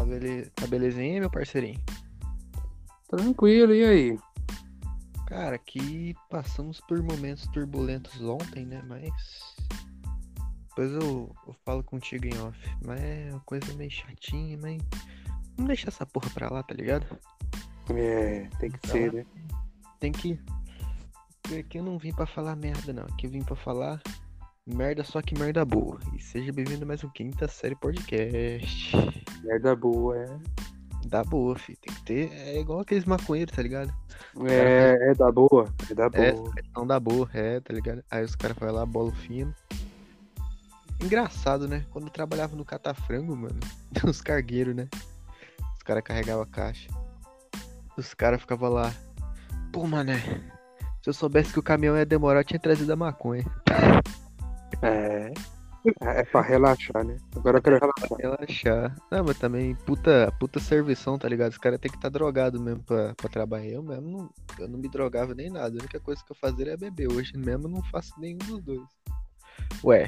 Tá belezinha, meu parceirinho? Tranquilo, e aí? Cara, aqui passamos por momentos turbulentos ontem, né? Mas depois eu falo contigo em off. Mas é uma coisa meio chatinha, mas vamos deixar essa porra pra lá, tá ligado? Tem que Pra ser, lá né? tem que. Aqui eu não vim pra falar merda, não. Aqui eu vim pra falar merda, só que merda boa. E seja bem-vindo a mais um Quinta Série Podcast. Merda boa, é. Da boa, fi. Tem que ter. É igual aqueles maconheiros, tá ligado? Os caras fazem. É da boa, é da É, boa. não dá boa, tá ligado? Aí os caras vão lá, bola o fino. Engraçado, né? Quando eu trabalhava no Catafrango, mano, os cargueiros, né? Os caras carregavam a caixa. Os caras ficavam lá. Pô, mané, se eu soubesse que o caminhão ia demorar, eu tinha trazido a maconha. É, é pra relaxar, né? Agora eu quero relaxar. Relaxar. Não, mas também, puta servição, tá ligado? Os caras têm que estar drogado mesmo pra trabalhar. Eu não me drogava nem nada. A única coisa que eu fazia era beber. Hoje mesmo eu não faço nenhum dos dois. Ué,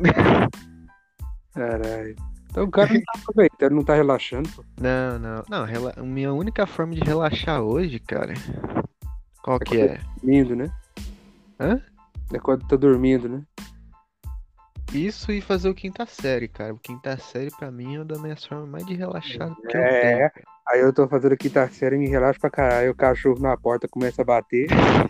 Caralho. Então o cara não tá aproveitando, não tá relaxando, pô. não. Minha única forma de relaxar hoje, cara, qual É que quando tá é? dormindo, né? Hã? É quando tá dormindo, né? Isso e fazer o quinta série, cara. O quinta série pra mim é uma das minhas formas mais de relaxar que eu tenho. É. Aí eu tô fazendo aqui quinta série e me relaxo pra caralho. Aí o cachorro na porta começa a bater.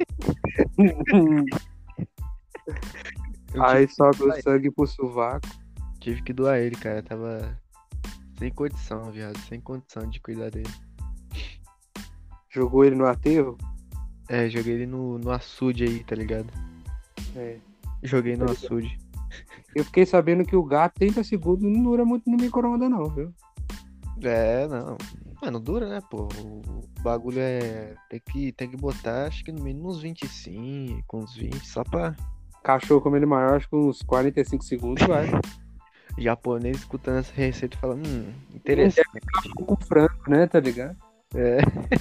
Eu Aí tive que sobe o doar, sangue pro sovaco. tive que doar ele, cara. Tava sem condição, viado. Sem condição de cuidar dele. Jogou ele no aterro. É, joguei ele no açude aí, tá ligado? É. Joguei no açude. Eu fiquei sabendo que o gato 30 segundos não dura muito no micro-ondas, não, viu? É, não. Mano, dura, né, pô? O bagulho é. Tem que botar, acho que no mínimo uns 25, uns 20, só pra Cachorro comendo maior, acho que uns 45 segundos vai. japonês escutando essa receita e falando, Deve interessante. ficar com frango, né? Tá ligado? É.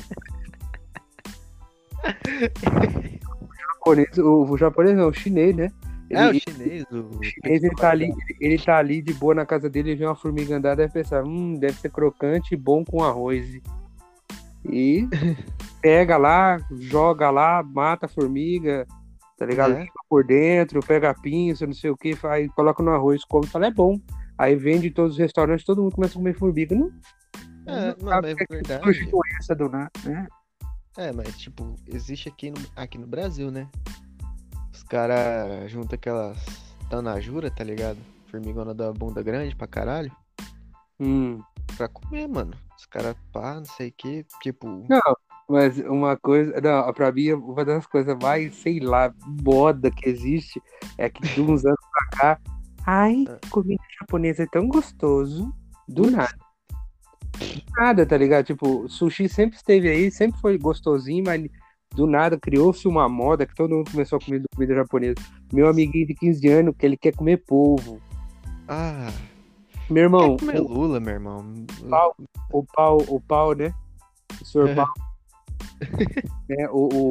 O japonês não, o chinês, né? É, o Ele, chinês, o chinês, ele tá ali de boa na casa dele e vê uma formiga andar, deve pensar, deve ser crocante e bom com arroz. E pega lá, joga lá, mata a formiga, tá ligado? né? Limpa por dentro, pega a pinça, não sei o que, faz, coloca no arroz, come, fala, é bom. Aí vende em todos os restaurantes, todo mundo começa a comer formiga. Não, É, não não, sabe mas que é é que surge verdade. doença do nada, né? É, mas tipo, existe aqui no Brasil, né? Os caras juntam aquelas tanajura, tá ligado? Formigona da bunda grande pra caralho. Hum. Pra comer, mano. Os caras, pá, não sei o que. Tipo, Não, mas uma coisa, não, pra mim, uma das coisas mais, sei lá, moda que existe é que de uns anos pra cá, ai, ah, comida japonesa é tão gostoso, do putz, nada. Nada, tá ligado? Tipo, sushi sempre esteve aí, sempre foi gostosinho, mas do nada criou-se uma moda que todo mundo começou a comer comida japonesa. Meu amiguinho de 15 anos, que ele quer comer polvo. ah, Meu quer irmão, comer lula, meu irmão. pau, o pau, né? O senhor pau, né?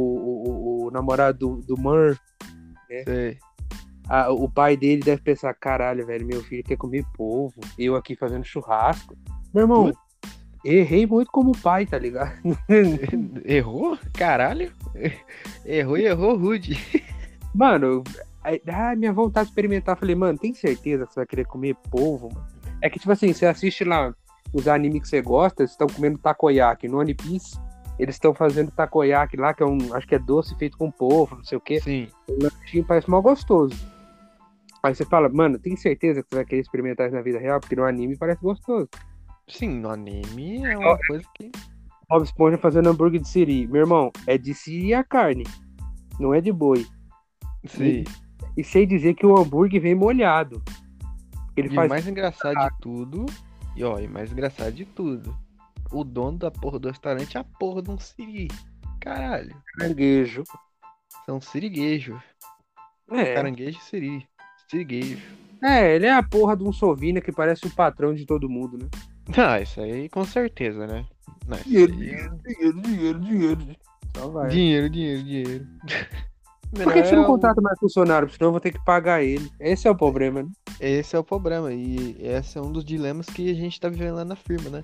O namorado do Mur, né? Sei. O pai dele deve pensar, caralho, velho, meu filho quer comer polvo, eu aqui fazendo churrasco. Meu irmão, Putz, errei muito como pai, tá ligado? errou? Caralho. Errou e errou rude. Mano, minha vontade de experimentar, falei, mano, tem certeza que você vai querer comer polvo, mano? É que, tipo assim, você assiste lá os animes que você gosta, eles estão comendo takoyaki. No One Piece, eles estão fazendo takoyaki lá, que é acho que é doce feito com polvo, não sei o quê. Sim, O lanchinho parece mal gostoso. Aí você fala, mano, tem certeza que você vai querer experimentar isso na vida real? Porque no anime parece gostoso. sim, no anime é uma coisa que. Bob Esponja fazendo hambúrguer de siri. Meu irmão, é de siri a carne, não é de boi. Sim. E sei dizer que o hambúrguer vem molhado. Ele E o faz mais engraçado de tudo. E mais engraçado de tudo. O dono da porra do restaurante é a porra de um siri. Caralho. caranguejo. São siriguejo. É. Caranguejo e siri. Siriguejo. Ele é a porra de um Sovina que parece o patrão de todo mundo, né? Ah, isso aí com certeza, né? Não, isso Dinheiro, aí é. dinheiro. Então vai. Dinheiro. Por Melhor que você é não o. contrata mais funcionário? Senão eu vou ter que pagar ele. Esse é o problema, né? Esse é o problema. E esse é um dos dilemas que a gente tá vivendo lá na firma, né?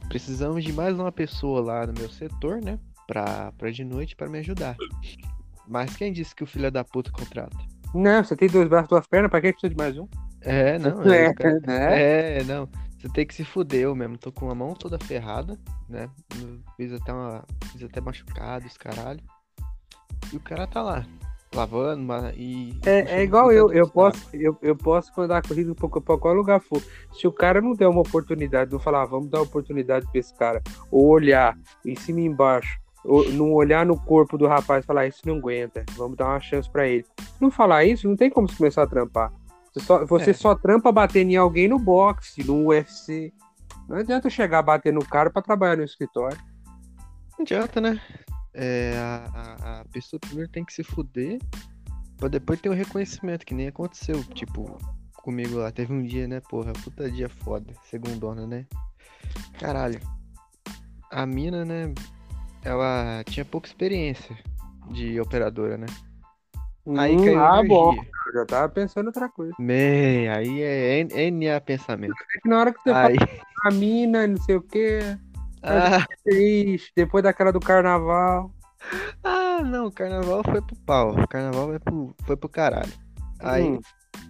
precisamos de mais uma pessoa lá no meu setor, né? Pra de noite pra me ajudar. Mas quem disse que o filho da puta contrata? Não, você tem dois braços, duas pernas, pra que precisa de mais um? É, não, é os caras. Né? É, não. Você tem que se fuder, eu mesmo. Tô com a mão toda ferrada, né? Fiz até machucado, os caralho. E o cara tá lá, lavando e É puxando um igual puta eu, de um eu posso, saco. eu posso mandar a corrida pra qualquer lugar for. Se o cara não der uma oportunidade, não falar, vamos dar oportunidade pra esse cara, ou olhar em cima e embaixo, ou não olhar no corpo do rapaz e falar, isso não aguenta, vamos dar uma chance pra ele. Se não falar isso, não tem como você começar a trampar. Você É, só trampa batendo em alguém no boxe, no UFC. Não adianta chegar batendo no cara pra trabalhar no escritório. não adianta, né? A pessoa primeiro tem que se fuder pra depois ter o reconhecimento, que nem aconteceu. Tipo, comigo lá, teve um dia, né, porra, puta dia foda, segundona, né? Caralho, a mina, né, ela tinha pouca experiência de operadora, né? Aí caiu Bom, energia. eu já tava pensando em outra coisa. Aí é NA pensamento. É que na hora que você fala Aí, a mina, não sei o quê, mas é ah, triste, depois daquela do carnaval. não, o carnaval foi pro pau. O carnaval foi pro caralho. Aí, Hum,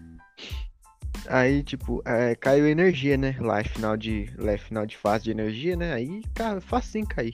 aí tipo, caiu energia, né? Lá é final de fase de energia, né? Aí, cara, facinho cair.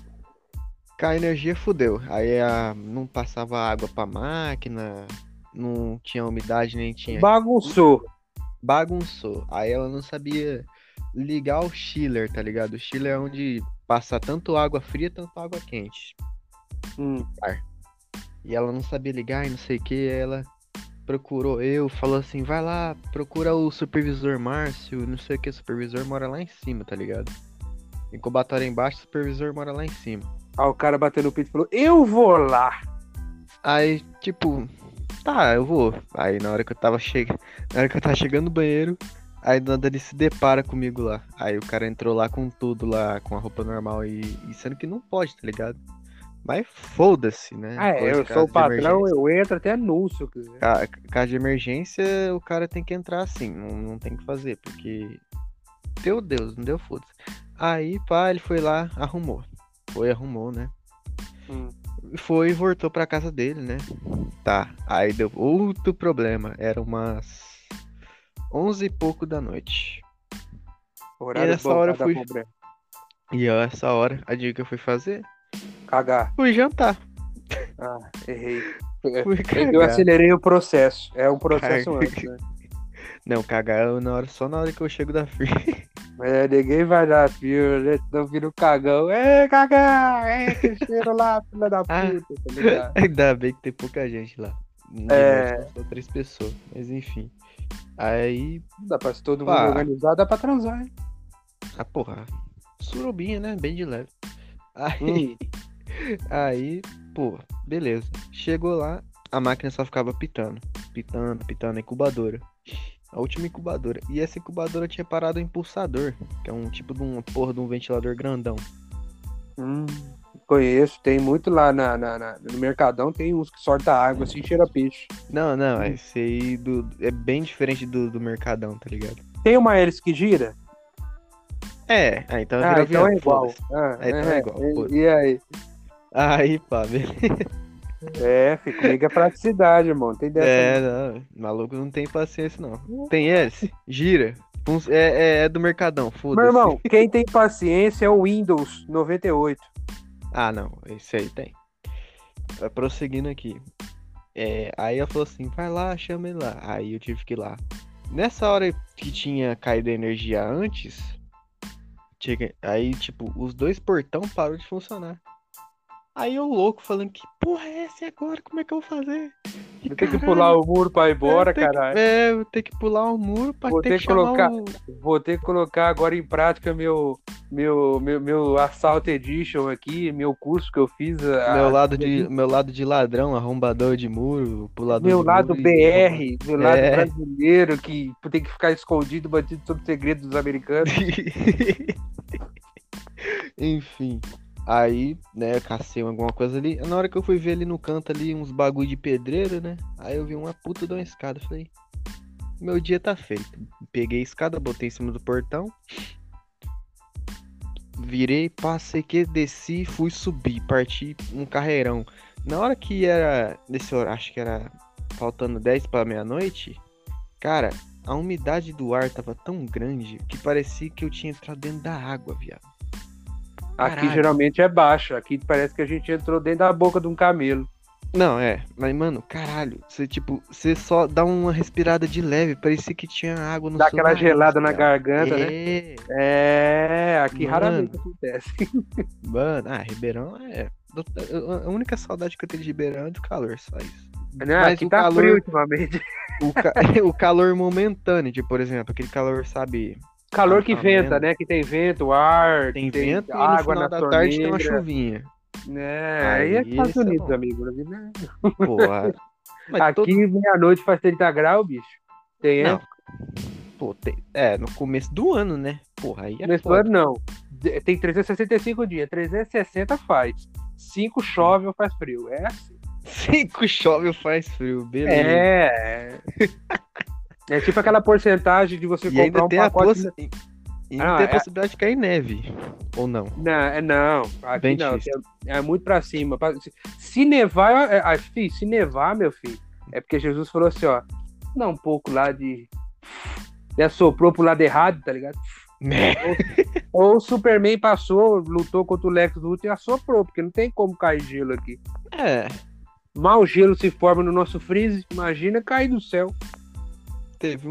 Cai energia, fudeu. Aí não passava água pra máquina, não tinha umidade, nem tinha. bagunçou. Bagunçou. Aí ela não sabia ligar o chiller, tá ligado? O chiller é onde passa tanto água fria, tanto água quente. Hum. Ar. E ela não sabia ligar e não sei o que. Ela procurou falou assim: vai lá, procura o supervisor Márcio, não sei o que. O supervisor mora lá em cima, tá ligado? Incubatório embaixo, o supervisor mora lá em cima. Aí o cara bateu no peito e falou: eu vou lá. Aí, tipo, tá, eu vou. Aí na hora que eu tava chegando no banheiro, aí do nada ele se depara comigo lá. Aí o cara entrou lá com tudo lá, com a roupa normal e sendo que não pode, tá ligado? Mas foda-se, né? Ah, é, Dois eu sou o casos de patrão, emergência. eu entro até nu se eu quiser. Caso de emergência, o cara tem que entrar assim, não tem que fazer, porque. Meu Deus, não deu foda-se. Aí, pá, ele foi lá, arrumou. Arrumou, né? Hum. Foi e voltou pra casa dele, né? Tá, aí deu outro problema. Era umas 11 e pouco da noite. E Horário nessa hora eu bancada da fui. pobreza. E essa hora, a dica que eu fui fazer? Cagar. Fui jantar. Ah, errei. Fui Eu cagar. acelerei o processo. É um Car- processo antes, né? Não, cagar só na hora que eu chego da firma. É, ninguém vai dar fio, né? Não vira o cagão. É, cagão! É, que cheiro lá, filha da Ah, puta, tá ligado? ainda bem que tem pouca gente lá. De noite são É, só 3 pessoas. Mas enfim. Aí, dá pra se todo mundo pá. organizar, dá pra transar, hein? Porra. Surubinha, né? Bem de leve. Aí, Hum. aí, pô, beleza. Chegou lá, a máquina só ficava pitando. Pitando, pitando, a incubadora. A última incubadora. E essa incubadora tinha parado o impulsador, que é um tipo de uma porra de um ventilador grandão. Hum, conheço, tem muito lá no Mercadão, tem uns que sorta água assim, cheira peixe. Não, esse aí é bem diferente do Mercadão, tá ligado? Tem uma hélice que gira? Então Ah, vira então avião, é igual. foda-se. Ah, Então é igual, foda-se. e aí? Aí, pá, beleza. É, filho, comigo é praticidade, irmão. Não tem dessa não. Não, maluco não tem paciência, não. Tem hélice, gira. É do Mercadão, Meu foda-se. irmão, quem tem paciência é o Windows 98. Ah, não, esse aí tem. Vai prosseguindo aqui. Aí ela falou assim, vai lá, chama ele lá. Aí eu tive que ir lá. Nessa hora que tinha caído a energia antes, aí, tipo, os dois portão parou de funcionar. Aí eu louco, falando, que porra é essa e agora? Como é que eu vou fazer? De Vou ter que pular caralho. o muro pra ir embora, caralho. Vou ter que pular o muro pra Vou ter ter que que chamar colocar, o... vou ter que colocar agora em prática meu Assault Edition aqui, meu curso que eu fiz. Meu lado de ladrão, arrombador de muro, pulador Meu de muro lado e arrombador. BR, meu lado brasileiro, que tem que ficar escondido, batido sob segredo dos americanos. Enfim. Aí, né, cacei alguma coisa ali. Na hora que eu fui ver ali no canto ali uns bagulho de pedreiro, né? Aí eu vi uma puta de uma escada. Falei, meu dia tá feito. Peguei a escada, botei em cima do portão. virei, passei que desci, fui subir, parti um carreirão. Na hora que era, nesse horário, acho que era faltando 10 para meia-noite, cara, a umidade do ar tava tão grande que parecia que eu tinha entrado dentro da água, viado. Aqui Caralho. geralmente é baixo. Aqui parece que a gente entrou dentro da boca de um camelo. Não, mas mano, caralho, você só dá uma respirada de leve, parecia que tinha água no Dá seu aquela nariz, gelada na viado. garganta, né? Aqui Mano. raramente acontece. Mano, Ribeirão a única saudade que eu tenho de Ribeirão é do calor, só isso. Não, Mas aqui o tá calor, frio ultimamente. o calor momentâneo, tipo, por exemplo, aquele calor, sabe, Calor que venta, ameno. né? Que tem vento, ar, Tem que tem vento e no água final na da tarde tem uma torneira. chuvinha. Aí é Aí Estados isso é Unidos, bom. amigo. Né? Pô, mas Aqui meia-noite faz 30 graus, bicho. Tem Não, época. pô, no começo do ano, né? Porra, aí é Nesse foda. ano não. Tem 365 dias. 360 faz. 5 chove ou faz frio. É assim. 5 chove ou faz frio, beleza. É tipo aquela porcentagem de você E comprar ainda um tem a pacote. ainda tem a possibilidade de cair neve. Ou não? Não. Aqui não. Ventista. É muito pra cima. Se nevar, se nevar, meu filho, é porque Jesus falou assim, ó. Dá um pouco lá de. Ele assoprou pro lado errado, tá ligado? Ou o Superman passou, lutou contra o Lex Luthor e assoprou, porque não tem como cair gelo aqui. Mal gelo se forma no nosso freeze, imagina cair do céu. Teve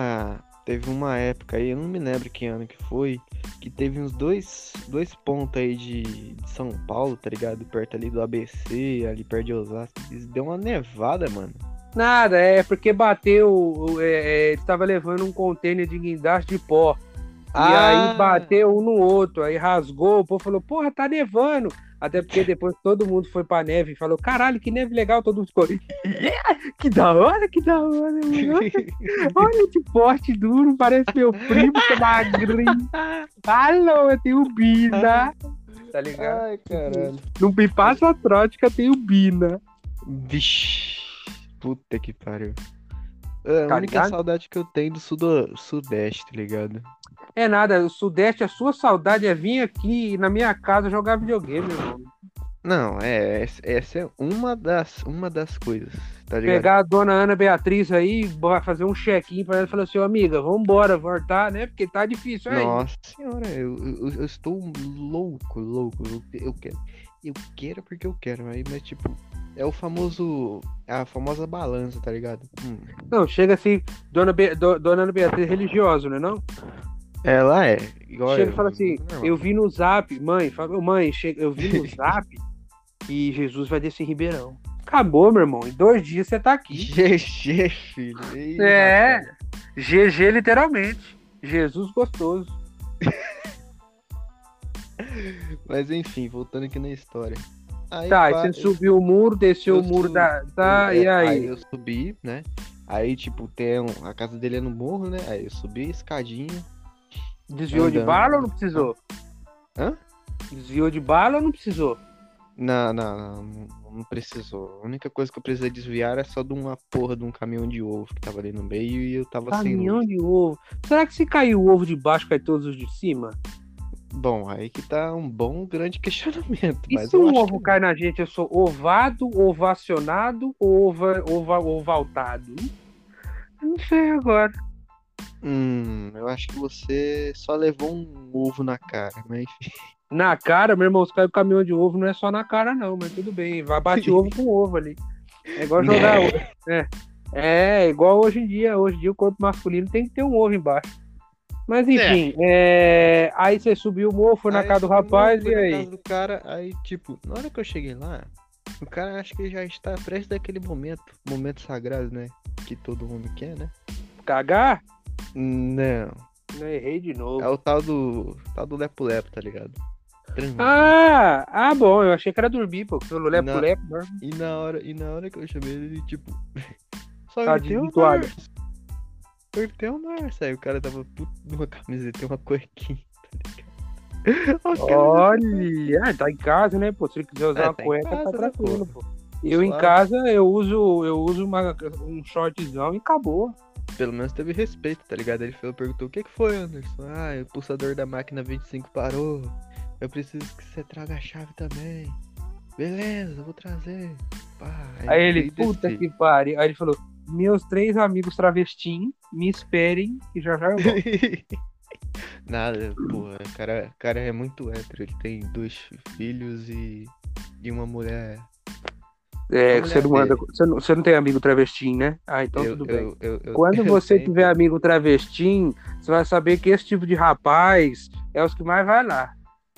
uma época aí, eu não me lembro que ano que foi, que teve uns dois pontos aí de São Paulo, tá ligado? Perto ali do ABC, ali perto de Osasco. Deu uma nevada, mano. Nada, é porque bateu, ele estava levando um container de guindaste de pó. E aí bateu um no outro, aí rasgou, o povo falou, porra, tá nevando. Até porque depois todo mundo foi pra neve e falou, caralho, que neve legal, todo mundo ficou, que da hora, mano. Olha que porte duro, parece meu primo, que é magrinho. Alô, eu tenho Bina. Tá ligado? Ai, caralho. No Pipaça Trótica tem o Bina. Vixe, puta que pariu. A Tá única ligado? saudade que eu tenho do sudeste, tá ligado? É nada, o Sudeste, a sua saudade é vir aqui na minha casa jogar videogame, meu irmão. Não, essa é uma das coisas, tá ligado? Pegar a dona Ana Beatriz aí, fazer um check-in pra ela e falar assim, amiga, vambora, voltar, né? Porque tá difícil aí. Nossa senhora, eu estou louco. Eu quero porque eu quero, aí, mas tipo, é a famosa balança, tá ligado? Não, chega assim, dona Ana Beatriz religiosa, né não? Ela é, igual Chega e fala assim, normal. eu vi no Zap, mãe, eu vi no Zap que Jesus vai descer em Ribeirão. Acabou, meu irmão, em 2 dias você tá aqui. GG, filho. Ei, rapaz. GG literalmente, Jesus gostoso. Mas enfim, voltando aqui na história. Aí, Aí você subiu o muro, desceu o muro e aí? Aí eu subi, né? Aí, tipo, a casa dele é no morro, né? Aí eu subi a escadinha. Desviou de bala ou não precisou? Hã? Desviou de bala ou não precisou? Não precisou. A única coisa que eu precisei desviar é só de uma porra de um caminhão de ovo que tava ali no meio e eu tava sem luz. Caminhão de ovo. Será que se caiu o ovo de baixo, cai todos os de cima? Bom, aí que tá um bom grande questionamento. E Mas se eu um acho ovo que cai na gente, eu sou ovado, ovacionado ou ovaltado? Não sei agora. eu acho que você só levou um ovo na cara, mas enfim. Na cara, meu irmão, se cai o caminhão de ovo, não é só na cara, não, mas tudo bem. Vai bate ovo com ovo ali. É igual jogar ovo. É igual hoje em dia. Hoje em dia o corpo masculino tem que ter um ovo embaixo. Mas enfim, aí você subiu o morro, foi na casa do rapaz e aí? Na casa do cara, aí tipo, na hora que eu cheguei lá, o cara acho que já está prestes daquele momento sagrado, né? Que todo mundo quer, né? Cagar? Não. Não, errei de novo. É o tal do lepo-lepo, tá ligado? Bom, eu achei que era dormir, pô. Pelo lepo-lepo, né? E na hora que eu chamei ele, tipo, só Tá gritei o toalha. Márcio. Gritei o Márcio. Aí o cara tava puto numa camiseta e uma cuequinha, tá ligado? Olha, tá em casa, né, pô? Se ele quiser usar uma tá cueca, casa, tá tranquilo, né, pô. Eu em casa, eu uso um shortzão e acabou. Pelo menos teve respeito, tá ligado? Ele perguntou, o que foi, Anderson? O pulsador da máquina 25 parou. eu preciso que você traga a chave também. Beleza, vou trazer. Pá, Aí ele, desci. puta que pariu. Aí ele falou, meus 3 amigos travestim, me esperem que já já eu volto. Nada, porra, o cara é muito hétero. Ele tem 2 filhos e uma mulher. A É, que você mulher não anda, dele. você não tem amigo travestim, né? Ah, então Eu, tudo bem. eu, eu, eu, Quando eu você tenho, tiver pô. amigo travestim, você vai saber que esse tipo de rapaz é os que mais vai lá.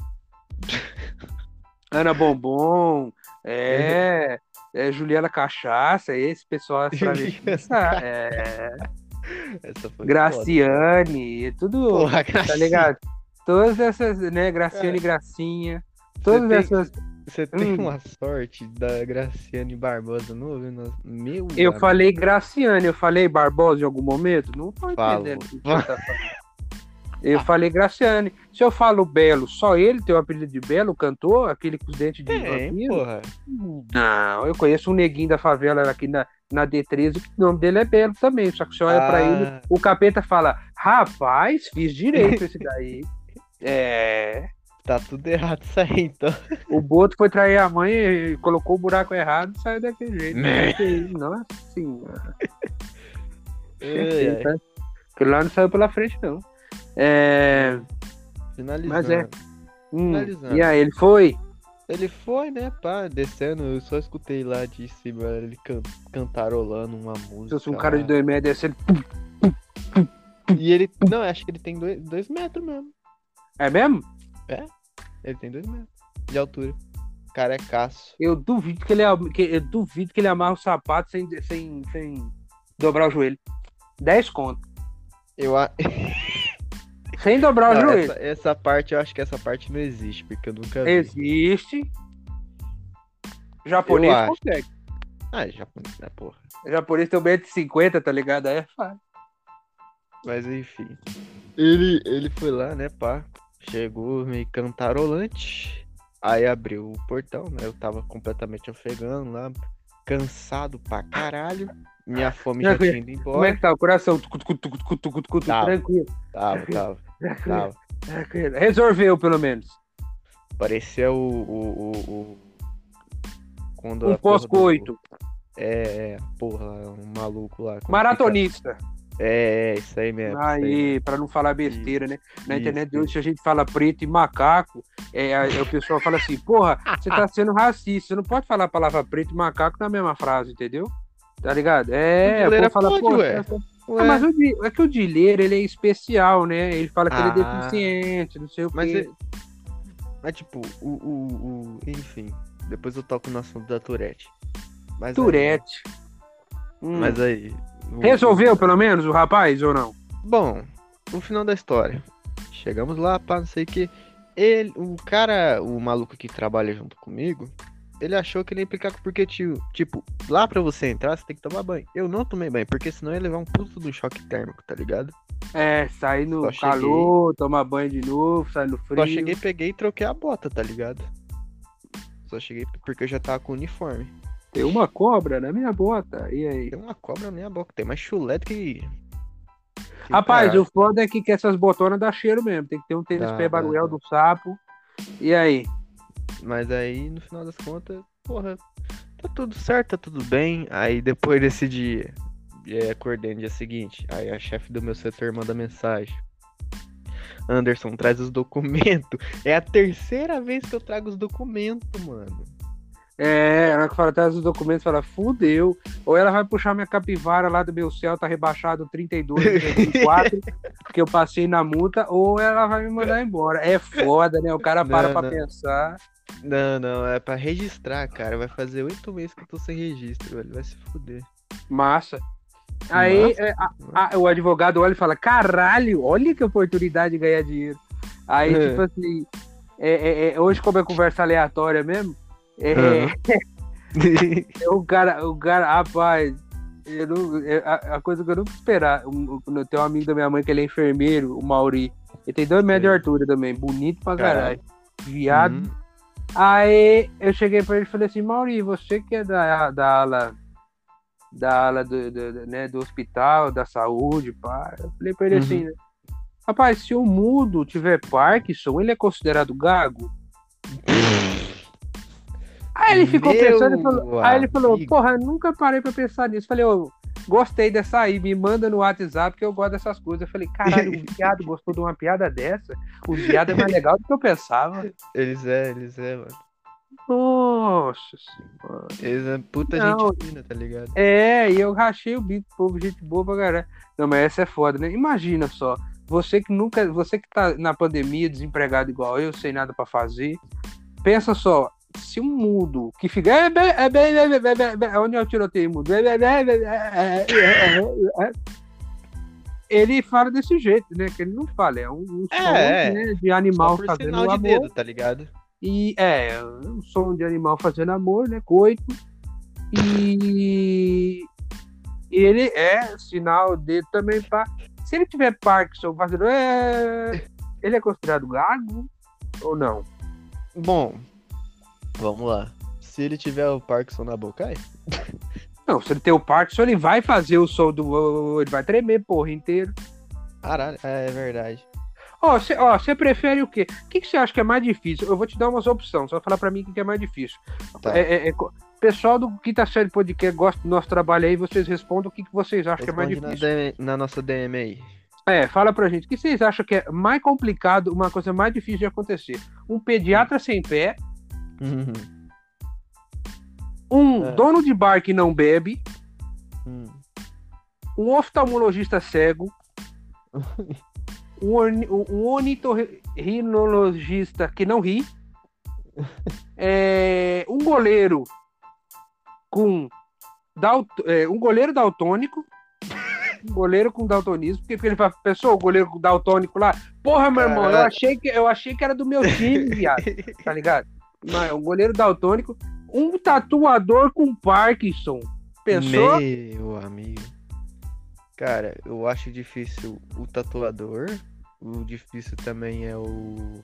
Ana Bombom, Juliana Cachaça, esse pessoal as travestis, Cara, é, essa foi foda, cara. Graciane, é tudo, Porra, tá Gracinha. ligado? Todas essas, né, Cara, Graciane e Gracinha, você todas tem, essas. você tem hum, uma sorte da Graciane Barbosa no ouvido. Meu eu amigo, falei Graciane, eu falei Barbosa em algum momento? Não tô falou. entendendo o que você tá falando. Eu falei Graciane. Se eu falo Belo, só ele tem o apelido de Belo, o cantor, aquele com os dentes de Tem, vampiro? porra. Não, eu conheço um neguinho da favela aqui na D13, que o nome dele é Belo também. Só que você olha pra ele, Ah, o capeta fala: rapaz, fiz direito esse daí. É. tá tudo errado isso aí, então. O Boto foi trair a mãe e colocou o buraco errado e saiu daquele jeito. Né? Nossa senhora. Ai, ai. Aquele lá não saiu pela frente, não. É. Mas é. Finalizando. Finalizando. E aí, ele foi? Ele foi, né, pá, descendo, eu só escutei lá de cima ele cantarolando uma Se música fosse um cara de lá. 2 metros, descendo. E ele, não, acho que ele tem 2 metros mesmo. É mesmo? Ele tem 2 metros de altura. Carecaço. Eu duvido que ele amarra o sapato sem dobrar o joelho. 10 conto. Eu a... Sem dobrar o Não, joelho. essa parte, eu acho que essa parte não existe, porque eu nunca vi. Existe. Japonês acho. consegue. Ah, é japonês, né, porra. Japonês tem 1,50 m, tá ligado? Aí é fácil. Mas enfim. Ele foi lá, né, pá. Chegou meio cantarolante. Aí abriu o portão, né? Eu tava completamente ofegando lá. Cansado pra caralho. Minha fome já tinha ido Como é embora. que tá o coração? Tucu, Tava. tranquilo. Tava. Tranquilo. Resolveu, pelo menos. Parecia o quando Um a porra pós-coito. porra, um maluco lá. Quando Maratonista. Isso aí mesmo. Isso aí Aí, mesmo. pra não falar besteira, né? Na internet de Isso. hoje, se a gente fala preto e macaco, o pessoal fala assim, porra, você tá sendo racista, você não pode falar a palavra preto e macaco na mesma frase, entendeu? Tá ligado? O Dileira pode, pô, ué. mas é que o Dileira, ele é especial, né? Ele fala que ele é Ah, deficiente, não sei o quê. Mas tipo, enfim, depois eu toco no assunto da Tourette. Mas Tourette. Mas aí. Resolveu, pelo menos, o rapaz, ou não? Bom, o final da história. Chegamos lá, pá, não sei o que. O maluco que trabalha junto comigo, ele achou que ele ia implicar porque, tipo, lá pra você entrar, você tem que tomar banho. Eu não tomei banho, porque senão ia levar um puto do choque térmico, tá ligado? Sair no Só calor, tomar banho de novo, sair no frio. Só cheguei, peguei e troquei a bota, tá ligado? Só cheguei porque eu já tava com o uniforme. Tem uma cobra na minha bota, e aí? Tem uma cobra na minha boca, tem mais chulé do que Rapaz, caralho. o foda é que essas botonas dá cheiro mesmo. Tem que ter um tênis pé baruel Dá. do sapo. E aí? Mas aí, no final das contas, porra, tá tudo certo, tá tudo bem. Aí depois desse dia, acordei no dia seguinte. Aí a chefe do meu setor manda mensagem. Anderson, traz os documentos. É a terceira vez que eu trago os documentos, mano. Ela que fala, traz os documentos, fala, fudeu. Ou ela vai puxar minha capivara lá do meu céu, tá rebaixado 32, 34, porque eu passei na multa, ou ela vai me mandar embora. É foda, né? O cara para pra pensar. Não, é pra registrar, cara. Vai fazer 8 meses que eu tô sem registro, velho. Vai se fuder. Massa. Aí o advogado olha e fala, caralho, olha que oportunidade de ganhar dinheiro. Aí, tipo assim, hoje como é conversa aleatória mesmo, o cara, rapaz, a coisa que eu nunca esperava, eu tenho um amigo da minha mãe que ele é enfermeiro, o Mauri, ele tem 2 metros de altura também, bonito pra caralho, viado. Aí eu cheguei pra ele e falei assim, Mauri, você que é da ala do hospital, da saúde, pá. Eu falei pra ele assim, né? Rapaz, se o mudo tiver Parkinson, ele é considerado gago? Aí ele ficou pensando, aí ele falou, porra, eu nunca parei pra pensar nisso. Falei, ô, gostei dessa aí, me manda no WhatsApp que eu gosto dessas coisas. Eu falei, caralho, o viado gostou de uma piada dessa? O viado é mais legal do que eu pensava. Eles é, mano. Nossa senhora. Eles é puta gente fina, tá ligado? E eu rachei o bico, povo, gente boa pra caralho. Não, mas essa é foda, né? Imagina só, você que tá na pandemia, desempregado igual eu, sem nada pra fazer, pensa só, se um mudo que fica. Onde eu tirotei mudo? Ele fala desse jeito, né? Que ele não fala, é um som, né, de animal fazendo sinal de amor. dedo, tá ligado? E um som de animal fazendo amor, né? Coito. E ele é sinal de também para. Se ele tiver Parkinson fazendo. Ele é considerado gago ou não? Bom, vamos lá. Se ele tiver o Parkinson na boca, Não, se ele tem o Parkinson, ele vai fazer o som do. Ele vai tremer, porra, inteiro. Caralho, é verdade. Você prefere o quê? O que você acha que é mais difícil? Eu vou te dar umas opções, você vai falar pra mim o que é mais difícil. Tá. Pessoal do Quinta Série Podcast gosta do nosso trabalho aí, vocês respondam o que vocês acham que é mais difícil. Na nossa DM aí. Fala pra gente. O que vocês acham que é mais complicado, uma coisa mais difícil de acontecer? Um pediatra sem pé, dono de bar que não bebe, um oftalmologista cego, um ornitorrinologista que não ri, um goleiro com um goleiro daltônico, um goleiro com daltonismo, porque ele fala, pessoal, o goleiro daltônico lá, porra, meu irmão, eu achei que era do meu time, viado, tá ligado? Mas um goleiro daltônico, um tatuador com Parkinson, pensou? Meu amigo, cara, eu acho difícil o tatuador. O difícil também é o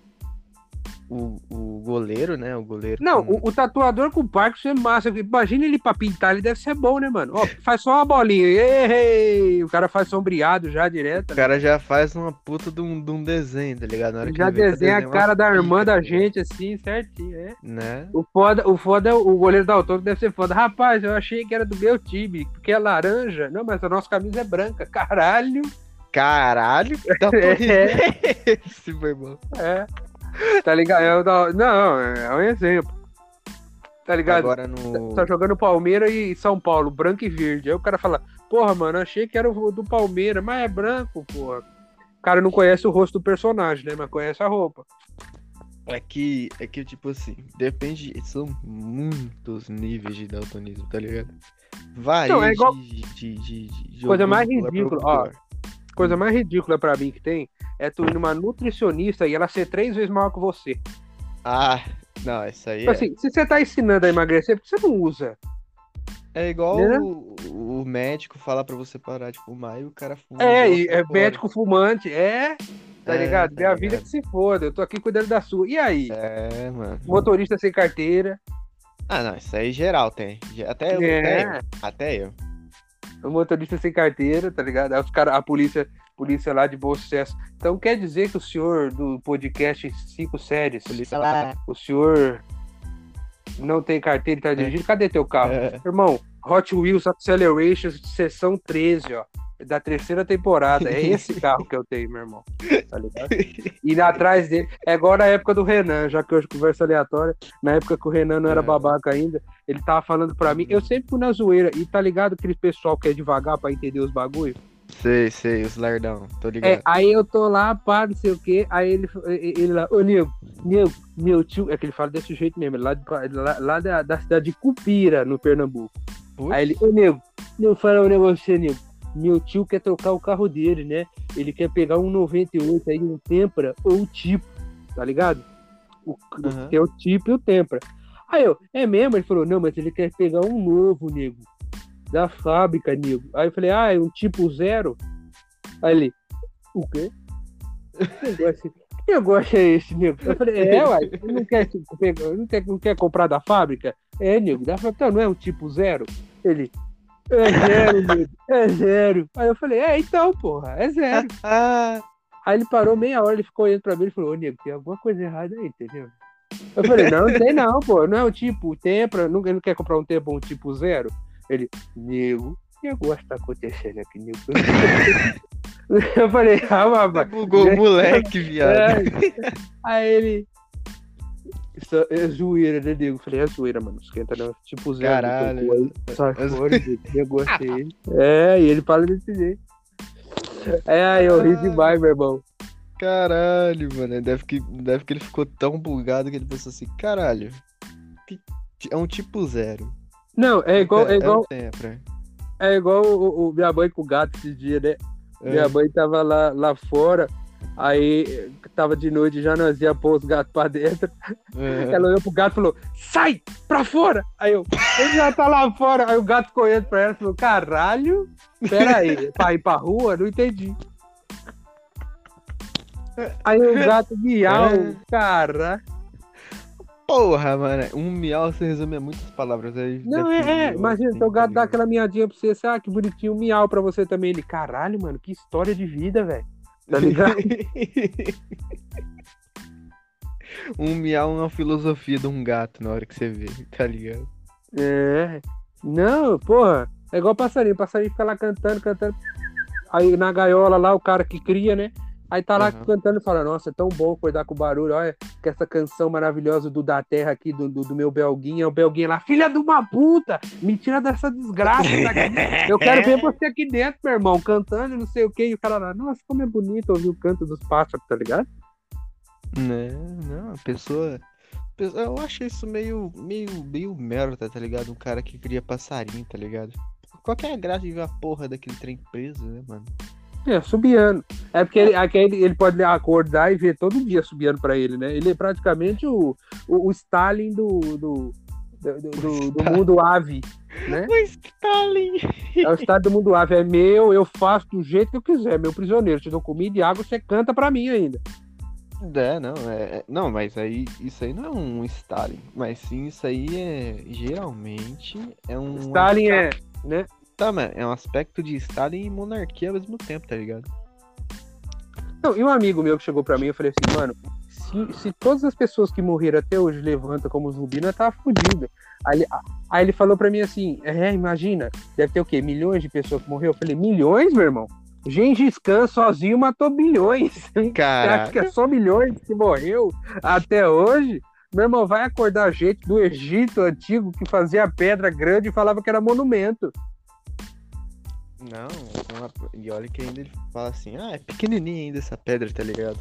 goleiro, né? O goleiro. Não, o tatuador com Parkinson é massa. Imagina ele pra pintar, ele deve ser bom, né, mano? Faz só uma bolinha. Ei, o cara faz sombreado já direto. O cara já faz uma puta de um desenho, tá ligado? Na hora já que ele desenha a cara da irmã da gente, assim, certinho, né? O foda é o goleiro da autônomo, deve ser foda. Rapaz, eu achei que era do meu time, porque é laranja. Não, mas a nossa camisa é branca. Caralho, tá esse meu irmão. Tá ligado? Não, é um exemplo. Tá ligado? Agora Tá jogando Palmeiras e São Paulo, branco e verde. Aí o cara fala, porra, mano, achei que era o do Palmeiras, mas é branco, porra. O cara não conhece o rosto do personagem, né? Mas conhece a roupa. É que tipo assim, depende, são muitos níveis de daltonismo, tá ligado? Varia não, é igual... de coisa mais ridícula, coisa mais ridícula pra mim que tem é tu ir numa nutricionista e ela ser 3 vezes maior que você. Não, isso aí assim, se você tá ensinando a emagrecer, por que você não usa? É igual o médico falar pra você parar de fumar e o cara fuma. É médico fumante, tá ligado? Tá Minha vida que se foda, eu tô aqui cuidando da sua. E aí? Mano. Motorista sem carteira. Não, isso aí geral tem. Até eu. O motorista sem carteira, tá ligado? Aí os caras, a polícia lá de bom sucesso. Então quer dizer que o senhor do podcast 5 séries, o senhor não tem carteira e tá dirigindo? Cadê teu carro? Irmão, Hot Wheels Acceleration sessão 13, ó. Da 3ª temporada. É esse carro que eu tenho, meu irmão. Tá ligado? E atrás dele. É igual na época do Renan, já que hoje conversa aleatória. Na época que o Renan não era babaca ainda, ele tava falando pra mim. Eu sempre fui na zoeira. E tá ligado aquele pessoal que é devagar pra entender os bagulho? Sei, os lardão. Tô ligado. Aí eu tô lá, pá, não sei o quê. Aí ele lá, ô Nego, meu tio. É que ele fala desse jeito mesmo. Lá da cidade de Cupira, no Pernambuco. Putz. Aí ele, ô Nego, não fala um negócio, Nego. Meu tio quer trocar o carro dele, né? Ele quer pegar um 98 aí, um Tempra ou o Tipo, tá ligado? Tem o Tipo e o Tempra. Aí eu, é mesmo? Ele falou, não, mas ele quer pegar um novo, nego. Da fábrica, nego. Aí eu falei, é um Tipo 0? Aí ele, o quê? Que negócio é esse, nego? Eu falei, uai, ele não quer pegar, não quer comprar da fábrica? Nego, da fábrica não é um Tipo 0? Ele... É 0, nego. É 0. Aí eu falei, então, porra, é 0. Aí ele parou meia hora, ele ficou olhando pra mim e falou, ô, nego, tem alguma coisa errada aí, entendeu? Eu falei, não tem não, pô. Não é o tipo, ele não quer comprar um tempo um tipo zero? Ele, nego, que negócio tá acontecendo aqui, nego? Eu falei, Você rapaz. bugou o moleque, viado. Aí ele, isso é zoeira, né, nego? Eu falei, é zoeira, mano, esquenta não. Tipo zero, Caralho. sai fora, nego, que negócio é esse? E ele fala desse jeito. Aí eu ri demais, meu irmão. Caralho, mano. Deve que ele ficou tão bugado que ele pensou assim, caralho. É um tipo zero. Não, é igual minha mãe com o gato esses dias, né? Minha mãe tava lá fora, aí tava de noite já, nós ia pôr os gatos pra dentro. Ela olhou pro gato e falou, sai pra fora! Aí ele já tá lá fora. Aí o gato correndo pra ela e falou, caralho, peraí, pra ir pra rua? Não entendi. Aí o gato miau, cara. Porra, mano. Um miau se resume a muitas palavras aí. Não, imagina, então o gato dá aquela miadinha pra você, assim, que bonitinho, um miau pra você também. Ele, caralho, mano, que história de vida, velho. Tá ligado? Um miau é uma filosofia de um gato na hora que você vê, tá ligado? Não, porra, é igual passarinho fica lá cantando. Aí na gaiola lá, o cara que cria, né? Aí tá lá cantando e fala, nossa, é tão bom acordar com o barulho, olha, que essa canção maravilhosa da terra aqui, do meu Belguinha, o Belguinha lá, filha de uma puta, me tira dessa desgraça daqui, eu quero ver você aqui dentro, meu irmão, cantando e não sei o que, e o cara lá, nossa, como é bonito ouvir o canto dos pássaros, tá ligado? Não, a pessoa... Eu acho isso meio merda, tá ligado? Um cara que cria passarinho, tá ligado? Qual que é a graça de ver a porra daquele trem preso, né, mano? Subiando. É porque ele pode acordar e ver todo dia subiando pra ele, né? Ele é praticamente o Stalin do mundo ave, né? O Stalin! É o Stalin do mundo ave. É meu, eu faço do jeito que eu quiser, meu prisioneiro. Te dou comida e água, você canta pra mim ainda. Não, mas aí isso aí não é um Stalin, mas sim isso aí geralmente é um... Stalin né? Tá, mano, é um aspecto de Stalin e monarquia ao mesmo tempo, tá ligado? Não, e um amigo meu que chegou pra mim, eu falei assim, mano, se todas as pessoas que morreram até hoje levantam como zumbi, nós tava fudido. Aí ele falou pra mim assim, imagina, deve ter o quê? Milhões de pessoas que morreram? Eu falei, milhões, meu irmão? Gengis Khan sozinho matou bilhões. Você acha que é só milhões que morreu até hoje? Meu irmão, vai acordar gente do Egito antigo que fazia pedra grande e falava que era monumento. Não, e olha que ainda ele fala assim, é pequenininha ainda essa pedra, tá ligado?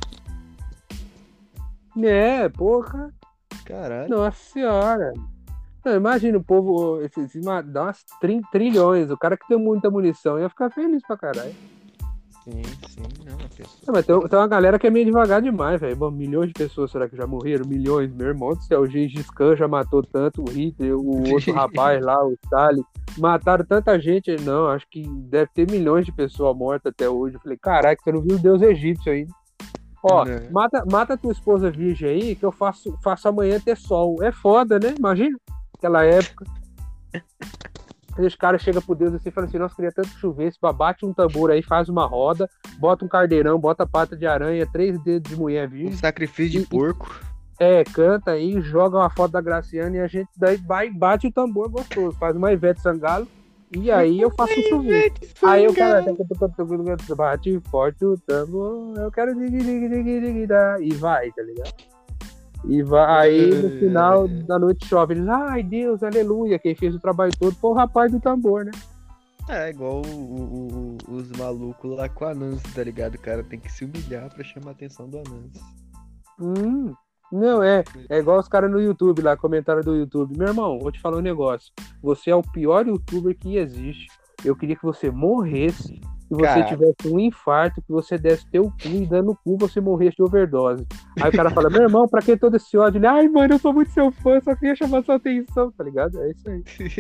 Porra. Caralho. Nossa senhora. Não, imagina o povo dá umas trilhões. O cara que tem muita munição ia ficar feliz pra caralho. Sim, não, a pessoa... Não, mas tem uma galera que é meio devagar demais, velho. Bom, milhões de pessoas, será que já morreram? Milhões, meu irmão do céu. O Gengis Khan já matou tanto, o Hitler, o outro rapaz lá, o Stalin. Mataram tanta gente. Não, acho que deve ter milhões de pessoas mortas até hoje. Eu falei, caraca, você não viu o Deus egípcio ainda. Ó, mata tua esposa virgem aí, que eu faço amanhã ter sol. É foda, né? Imagina aquela época. Os caras chegam pro Deus assim e falam assim, nossa, queria tanto chover, se bate um tambor aí, faz uma roda, bota um carneirão, bota pata de aranha, 3 dedos de mulher virgem. Um sacrifício de porco. Canta aí, joga uma foto da Graciana e a gente daí vai e bate o tambor gostoso, faz uma Ivete Sangalo e aí eu faço chover. Aí o cara bate forte o tambor, eu quero e vai, tá ligado? E vai, aí no final da noite chove. Eles, ai Deus, aleluia. Quem fez o trabalho todo foi o rapaz do tambor, né? É igual os malucos lá com a Nancy, tá ligado? O cara tem que se humilhar pra chamar a atenção do Nancy. Não, é igual os caras no YouTube lá, comentário do YouTube. Meu irmão, vou te falar um negócio. Você é o pior youtuber que existe. Eu queria que você morresse, que você tivesse um infarto, que você desse teu cu e dando o cu você morresse de overdose. Aí o cara fala, meu irmão, pra que todo esse ódio? Ele, ai mano, eu sou muito seu fã, só queria chamar sua atenção, tá ligado? É isso aí.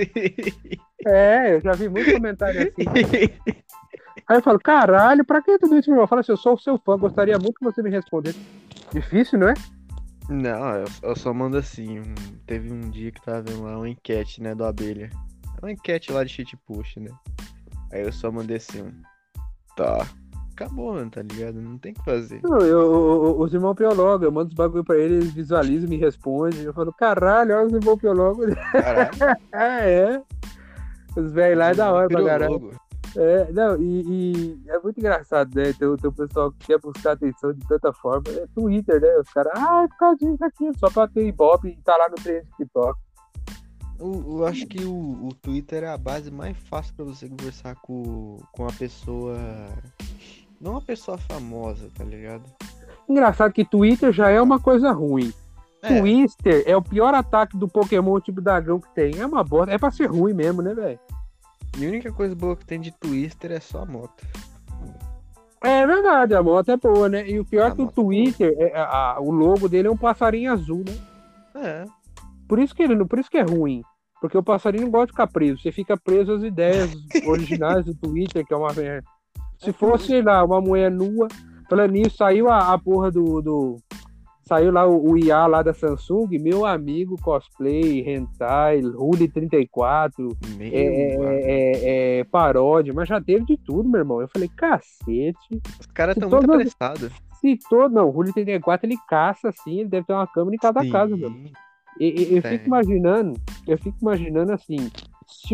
Eu já vi muito comentário assim. Aí eu falo, caralho, pra que tudo isso, meu irmão? Fala assim, eu sou o seu fã, gostaria muito que você me respondesse. Difícil, não é? Não, eu só mando assim, teve um dia que tava vendo lá uma enquete, né, do Abelha. Uma enquete lá de shitpost, né? Aí eu só mandei assim, tá, acabou, mano, tá ligado? Não tem o que fazer. Não, os irmãos biólogos, eu mando os bagulho pra eles visualizam, me respondem. Eu falo, caralho, olha os irmãos biólogos. Caralho. É. Os velhos lá é da hora pra caralho. Pirologo. Não, e é muito engraçado, né? Tem o pessoal que quer buscar atenção de tanta forma. É Twitter, né? Os caras, por causa disso aqui, só pra ter ibope e tá lá no trem de TikTok. Eu acho que o Twitter é a base mais fácil pra você conversar com uma pessoa. Não uma pessoa famosa, tá ligado? Engraçado que Twitter já é uma coisa ruim. É. Twister é o pior ataque do Pokémon tipo dragão que tem. É uma bosta. É pra ser ruim mesmo, né, velho? E a única coisa boa que tem de Twister é só a moto. É verdade, a moto é boa, né? E o pior A é que o moto é boa. Twitter, o logo dele é um passarinho azul, né? É. Por isso que é ruim. Porque o passarinho não gosta de ficar preso. Você fica preso às ideias originais do Twitter, que é uma merda. Se fosse, sei lá, uma mulher nua. Falando nisso, saiu a porra saiu lá o IA lá da Samsung, meu amigo, cosplay, hentai, Rule 34, paródia, mas já teve de tudo, meu irmão. Eu falei, cacete. Os caras estão muito apressados. Não, o Rule 34 ele caça assim, ele deve ter uma câmera em cada casa, meu. Eu fico imaginando assim, se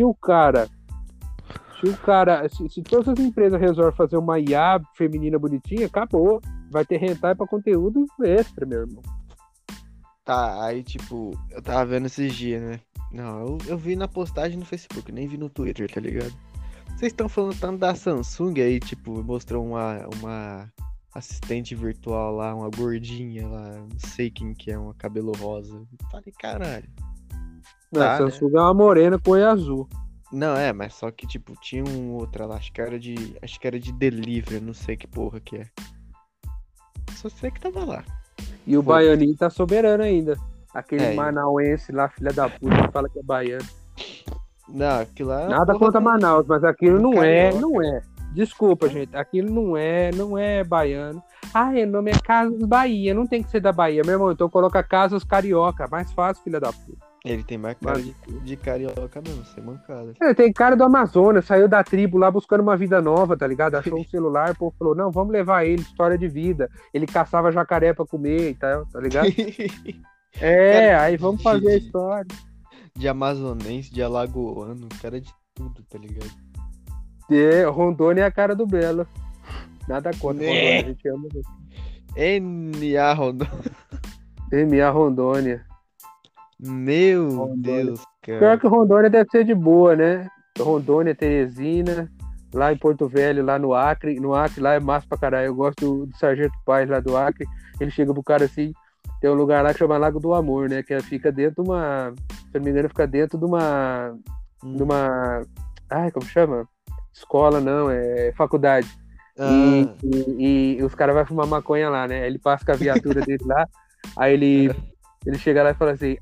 todas as empresas resolvem fazer uma IA feminina bonitinha, acabou. Vai ter hentai pra conteúdo extra, meu irmão. Tá, aí tipo, eu tava vendo esses dias, né? Não, eu vi na postagem no Facebook, nem vi no Twitter, tá ligado? Vocês estão falando tanto da Samsung aí, tipo, mostrou uma assistente virtual lá, uma gordinha lá, não sei quem que é, uma cabelo rosa. Falei, caralho. Não, a Samsung é uma morena com olho azul. Não, mas só que, tipo, tinha outra lá, acho que era de delivery, não sei que porra que é. Só sei que tava lá. E o baianinho tá soberano ainda. Aquele manauense lá, filha da puta, que fala que é baiano. Não, aquilo lá... Nada contra Manaus, mas aquilo não é. Desculpa, gente, aquilo não é baiano. O nome é Casas Bahia, não tem que ser da Bahia, meu irmão, então coloca Casas Carioca, mais fácil, filha da puta. Ele tem mais cara de carioca mesmo, sem mancada. Ele tem cara do Amazonas, saiu da tribo lá buscando uma vida nova, tá ligado? Achou um celular, o povo falou, não, vamos levar ele, história de vida. Ele caçava jacaré pra comer e tal, tá ligado? Aí vamos fazer a história. De amazonense, de alagoano, cara de tudo, tá ligado? Rondônia é a cara do Belo. Nada contra Rondônia, a gente ama. N.A. Rondônia. M.A. Rondônia. Meu Rondônia. Deus, cara. Pior que Rondônia deve ser de boa, né? Rondônia, Teresina, lá em Porto Velho, lá no Acre. No Acre lá é massa pra caralho. Eu gosto do Sargento Paz lá do Acre. Ele chega pro cara assim, tem um lugar lá que chama Lago do Amor, né? Que fica dentro de uma... Se eu não me engano, fica dentro de uma... como chama? Escola, não, é faculdade. E os caras vão fumar maconha lá, né? Ele passa com a viatura dele lá, aí ele chega lá e fala assim,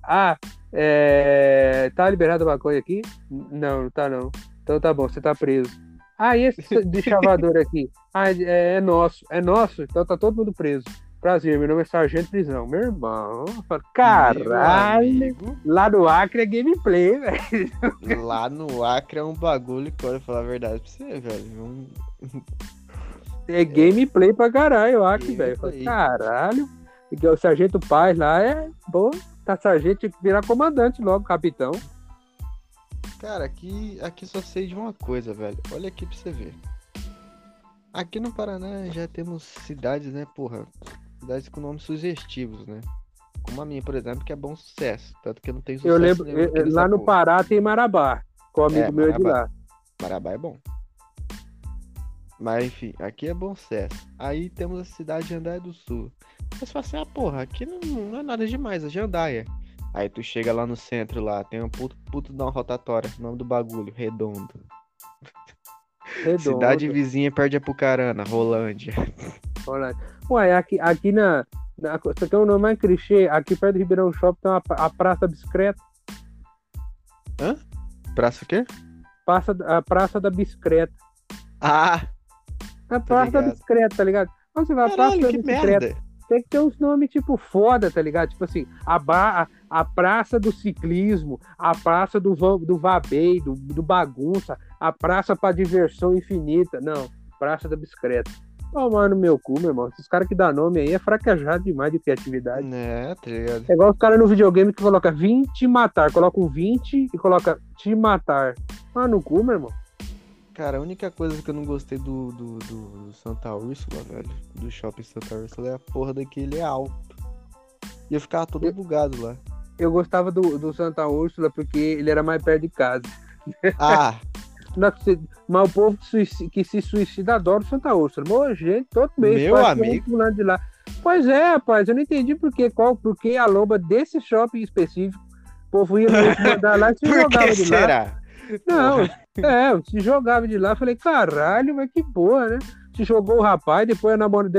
tá liberado a maconha aqui? Não tá não. Então tá bom, você tá preso. E esse de chavador aqui? É nosso. É nosso? Então tá todo mundo preso. Prazer, meu nome é Sargento Prisão. Meu irmão, eu falo, caralho, lá no Acre é gameplay, velho. Lá no Acre é um bagulho que eu vou falar a verdade pra você, velho. É gameplay pra caralho o Acre, velho. Caralho. O Sargento Paz lá é bom. Tá sargento, tinha que virar comandante logo, capitão. Cara, aqui só sei de uma coisa, velho. Olha aqui pra você ver. Aqui no Paraná já temos cidades, né, porra? Cidades com nomes sugestivos, né? Como a minha, por exemplo, que é Bom Sucesso. Tanto que eu não tenho sucesso. Eu lembro, lá no Pará tem Marabá. Com o amigo meu de lá. Marabá é bom. Mas enfim, aqui é Bom Sucesso. Aí temos a cidade de Jandaia do Sul. Mas você fala assim, porra, aqui não é nada demais, é Jandaia. Aí tu chega lá no centro, lá, tem um puto de uma rotatória, nome do bagulho, Redondo. Cidade vizinha perto de Apucarana, Rolândia. Ué, aqui isso aqui é um nome mais clichê, aqui perto do Ribeirão Shopping tem a Praça Discreta. Hã? Praça o quê? A Praça da Bicicleta. A Praça da Bicicleta, tá ligado? Quando você vai a Praça da Bicicleta, merda. Tem que ter uns nomes tipo foda, tá ligado? Tipo assim, a Praça do Ciclismo, a Praça do Vabei, do Bagunça, a Praça pra Diversão Infinita. Não, Praça da Bicicleta. Tomar no meu cu, meu irmão. Esses caras que dão nome aí é fraquejado demais de criatividade. Né, tá ligado? É igual os caras no videogame que coloca 20 matar. Coloca um 20 e coloca te matar. Ah, no cu, meu irmão. Cara, a única coisa que eu não gostei do Santa Úrsula, velho, do shopping Santa Úrsula, é a porra daquele é alto. E eu ficava todo bugado lá. Eu gostava do Santa Úrsula porque ele era mais perto de casa. Ah, Mas o povo que se suicida adora o Santa Úrsula. Mas, gente, todo mês meu quase amigo. pulando de lá. Pois é, rapaz, eu não entendi por que a lomba desse shopping específico, o povo ia mandar lá e se Por jogava que de lá. será? Não, se jogava de lá. Falei, caralho, mas que porra, né? Se jogou o rapaz, depois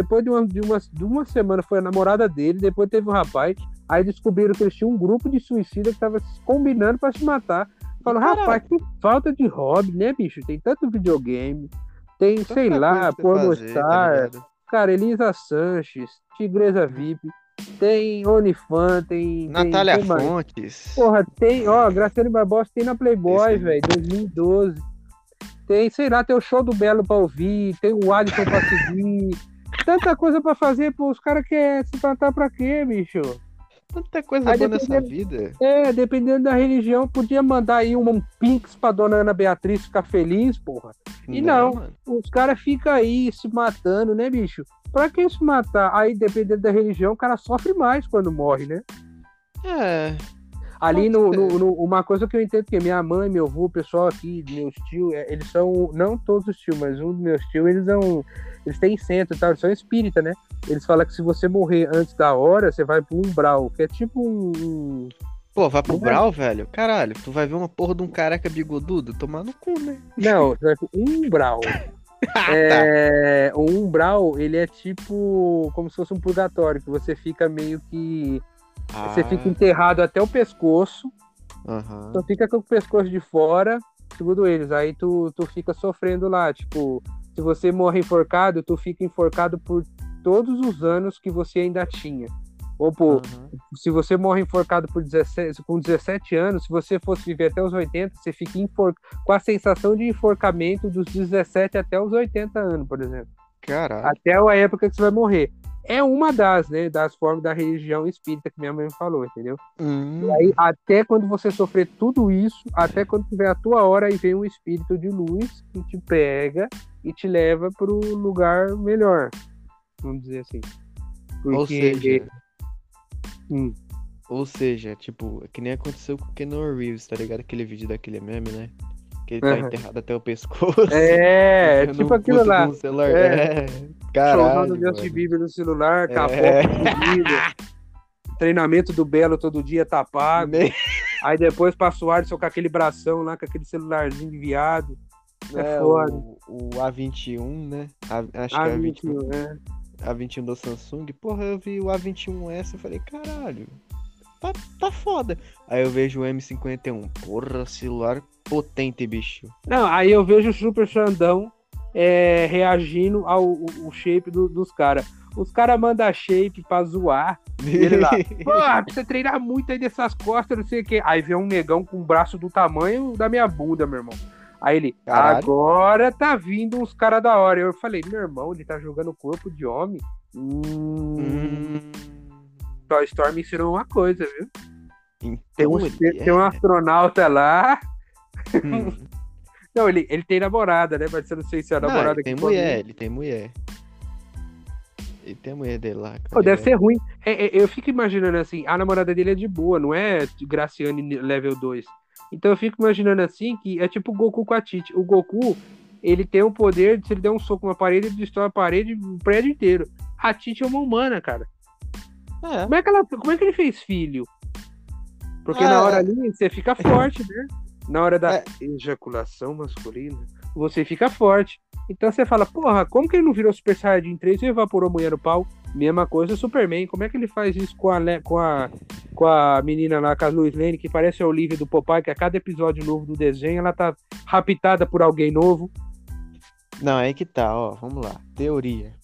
de uma semana foi a namorada dele, depois teve o rapaz, aí descobriram que eles tinham um grupo de suicida que tava se combinando pra se matar. Falou, rapaz, que falta de hobby, né, bicho? Tem tanto videogame, tem, Tanta sei lá, coisa pra você fazer, tá Pornostar, ligado? cara, Elisa Sanches, Tigresa VIP, tem OnlyFans, Natália tem mais. Fontes. Porra, tem, ó, Graciane Barbosa tem na Playboy, Esse aí. velho, 2012. Tem, sei lá, tem o show do Belo pra ouvir, tem o Alisson pra seguir. Tanta coisa pra fazer, pô, os caras querem se matar pra quê, bicho? Tanta coisa Aí boa nessa vida. dependendo da religião, podia mandar aí um Pix pra dona Ana Beatriz ficar feliz, porra. E Né, não, mano? os caras ficam aí se matando, né, bicho? Pra que se matar? Aí, dependendo da religião, o cara sofre mais quando morre, né? É, Ali pode ser. uma coisa que eu entendo que minha mãe, meu avô, o pessoal aqui, meus tios, eles são, não todos os tios, mas um dos meus tios, eles têm centro e tal, eles são espírita, né? Eles falam que se você morrer antes da hora, você vai pro umbral, que é tipo Pô, vai pro não é- Brau, velho? Caralho, tu vai ver uma porra de um careca bigodudo? Tomar no cu, né? Não, você vai pro umbral. Ah, tá. O umbral, ele é tipo como se fosse um purgatório, que você fica meio que você fica Ah, enterrado até o pescoço, aham. só fica com o pescoço de fora, segundo eles. Aí tu fica sofrendo lá. Tipo, se você morre enforcado, tu fica enforcado por todos os anos que você ainda tinha. Ou, pô, Aham. se você morre enforcado com 17 anos, se você fosse viver até os 80, você fica com a sensação de enforcamento dos 17 até os 80 anos, por exemplo. Caralho. Até a época que você vai morrer. É uma das, né, das formas da religião espírita que minha mãe me falou, entendeu? E aí, até quando você sofrer tudo isso, até quando tiver a tua hora, aí vem um espírito de luz que te pega e te leva para o lugar melhor, vamos dizer assim. Ou Porque seja, hum, tipo, que nem aconteceu com o Keanu Reeves, tá ligado? Aquele vídeo daquele meme, né? Que ele tá aham. enterrado até o pescoço. É, Usando tipo um aquilo puta de lá. um celular. É, É, showzão do caralho, Justin mano. Bieber no celular, capô É. fudido, treinamento do Belo todo dia tá pago. Nem- Aí depois passa o Alisson com aquele bração lá, com aquele celularzinho de viado. É foda. o A21, né? Acho Ah, que é A21. 21, é. A21 da Samsung. Porra, eu vi o A21S e falei, caralho, tá foda. Aí eu vejo o M51. Porra, celular potente, bicho. Não, aí eu vejo o Super Xandão reagindo ao shape dos caras. Os caras mandam shape pra zoar. E ele lá, pô, precisa treinar muito aí dessas costas, não sei o quê. Aí vem um negão com o braço do tamanho da minha bunda, meu irmão. Aí ele, Caralho. agora tá vindo uns caras da hora. Eu falei, meu irmão, ele tá jogando corpo de homem. Toy Story me ensinou uma coisa, viu? Então ele Tem um astronauta lá. Hum. Não, ele tem namorada, né? Mas eu não sei se é a Não, namorada ele tem que mulher, ele tem mulher. Ele tem a mulher dele lá. Tá Pô, deve ligado? ser ruim. Eu fico imaginando assim, a namorada dele é de boa, não é de Graciane level 2. Então eu fico imaginando assim que é tipo o Goku com a Titi. O Goku, ele tem o poder de, se ele der um soco na parede, ele destrói a parede, o prédio inteiro. A Titi é uma humana, cara. É. Como é que ele fez filho? Porque na hora ali você fica forte, né? Na hora da ejaculação masculina, você fica forte. Então você fala, porra, como que ele não virou Super Saiyajin 3 e evaporou a mulher no pau? Mesma coisa o Superman. Como é que ele faz isso com a menina lá, com a Lois Lane, que parece a Olivia do Popeye, que a cada episódio novo do desenho ela tá raptada por alguém novo? Não, aí que tá, ó. Vamos lá. Teoria.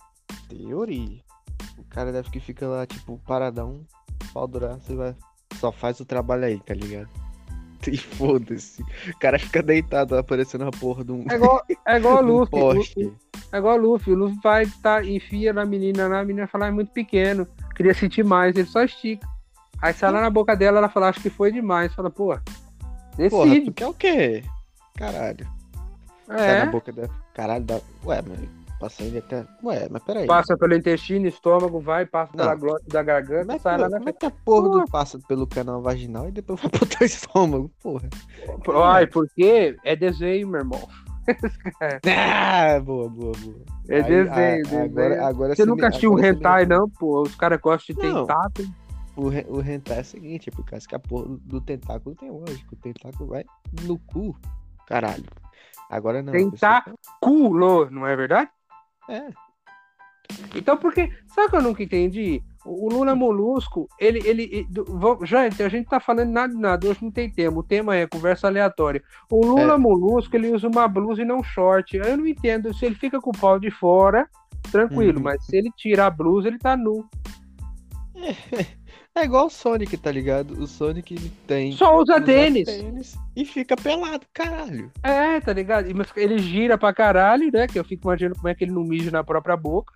O cara deve que fica lá, tipo, paradão, pau duraço, você vai. Só faz o trabalho aí, tá ligado? E foda-se. O cara fica deitado lá, aparecendo a porra de um, É igual a de um Luffy. poste. É igual o Luffy vai, tá, enfia na menina, a menina fala, é muito pequeno, queria sentir mais, ele só estica. Aí sai lá na boca dela, ela fala, acho que foi demais. Fala, pô, Porra, tu decide. quer o quê? Caralho. Sai na É, boca dela. Caralho, dá. Ué, mas passa ainda até. Ué, mas peraí. passa pelo intestino, estômago, vai, passa pela Não. glote da garganta, sai lá na Como é frente. que a porra Pô, do passa pelo canal vaginal e depois vai pro teu estômago? Porra. ai, Caralho. porque é desenho, meu irmão. Ah, boa, boa, boa. É Aí, desenho, agora, desenho. agora Você nunca assistiu um agora você me hentai, respondeu. não, pô? Os caras gostam de Não, tentáculo. o hentai é o seguinte, é por causa que a porra do tentáculo tem lógico. O tentáculo vai no cu. Caralho. Agora não, a pessoa tem. Tentáculo, não é verdade? É. Então, porque. Sabe o que eu nunca entendi? O Lula Molusco, gente, a gente tá falando nada de nada, hoje não tem tema. O tema é conversa aleatória. O Lula É. Molusco, ele usa uma blusa e não short. Eu não entendo. Se ele fica com o pau de fora, tranquilo, Uhum. mas se ele tira a blusa, ele tá nu. É igual o Sonic, tá ligado? O Sonic ele tem. Só usa Usa tênis. e fica pelado, caralho. É, tá ligado? Mas ele gira pra caralho, né? Que eu fico imaginando como é que ele não mija na própria boca.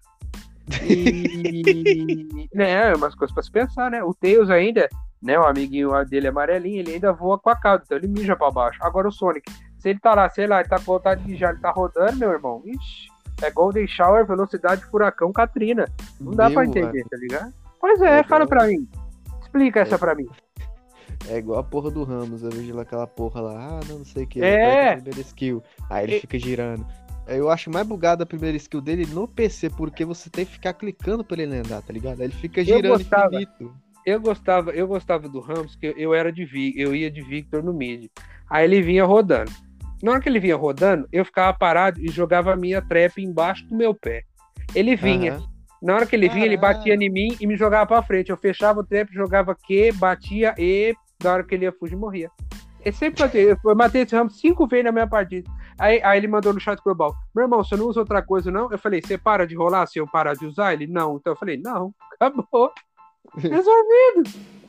E. Né, umas coisas pra se pensar, né? O Tails ainda, né? O amiguinho dele amarelinho, ele ainda voa com a cauda, então ele mija pra baixo. Agora o Sonic, se ele tá lá, sei lá, ele tá com vontade de mijar, ele tá rodando, meu irmão. Ixi, é Golden Shower, velocidade, furacão, Katrina. Não dá pra Meu entender, amigo. tá ligado? Pois É é, fala igual, pra mim. Explica essa pra mim. é igual a porra do Ramos. Eu vejo lá aquela porra lá, não sei o que. É. Aperta a primeira skill. Aí ele fica girando. Eu acho mais bugado a primeira skill dele no PC, porque você tem que ficar clicando pra ele andar, tá ligado? Aí ele fica girando infinito. Eu gostava do Ramos, que eu era eu ia de Victor no mid. Aí ele vinha rodando. Na hora que ele vinha rodando, eu ficava parado e jogava a minha trap embaixo do meu pé. Ele vinha. Aham. Na hora que ele vinha, ele batia Caralho. em mim e me jogava pra frente. Eu fechava o trap, jogava Q, batia e na hora que ele ia fugir, morria. Eu sempre matei esse Ramos 5 vezes na minha partida. Aí ele mandou no chat global: meu irmão, você não usa outra coisa, não? Eu falei: você para de rolar se eu parar de usar? Ele: não. Então eu falei: não, acabou. Resolvido.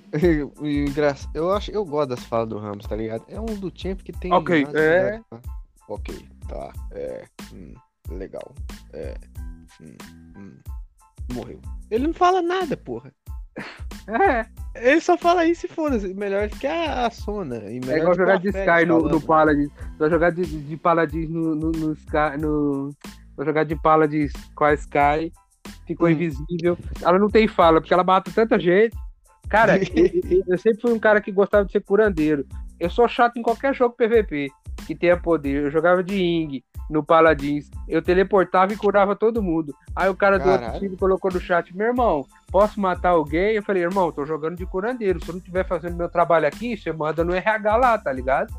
Eu gosto das falas do Ramos, tá ligado? É um do champ que tem. Ok, umas habilidades, tá? Ok, tá. Legal. Morreu. Ele não fala nada, porra. É. Ele só fala isso e foda-se. Melhor que a Sona. E melhor É igual que o jogar de Aférios Sky no falando. Paladins. Vai jogar de Paladins no Sky. Vou jogar de Paladins com a Sky. Ficou invisível. Ela não tem fala, porque ela mata tanta gente. Cara, eu sempre fui um cara que gostava de ser curandeiro. Eu sou chato em qualquer jogo PVP que tenha poder. Eu jogava de Ing no Paladins. Eu teleportava e curava todo mundo. Aí o cara do outro Caralho. time colocou no chat: meu irmão, posso matar alguém? Eu falei: irmão, tô jogando de curandeiro. Se eu não estiver fazendo meu trabalho aqui, você manda no RH lá, tá ligado?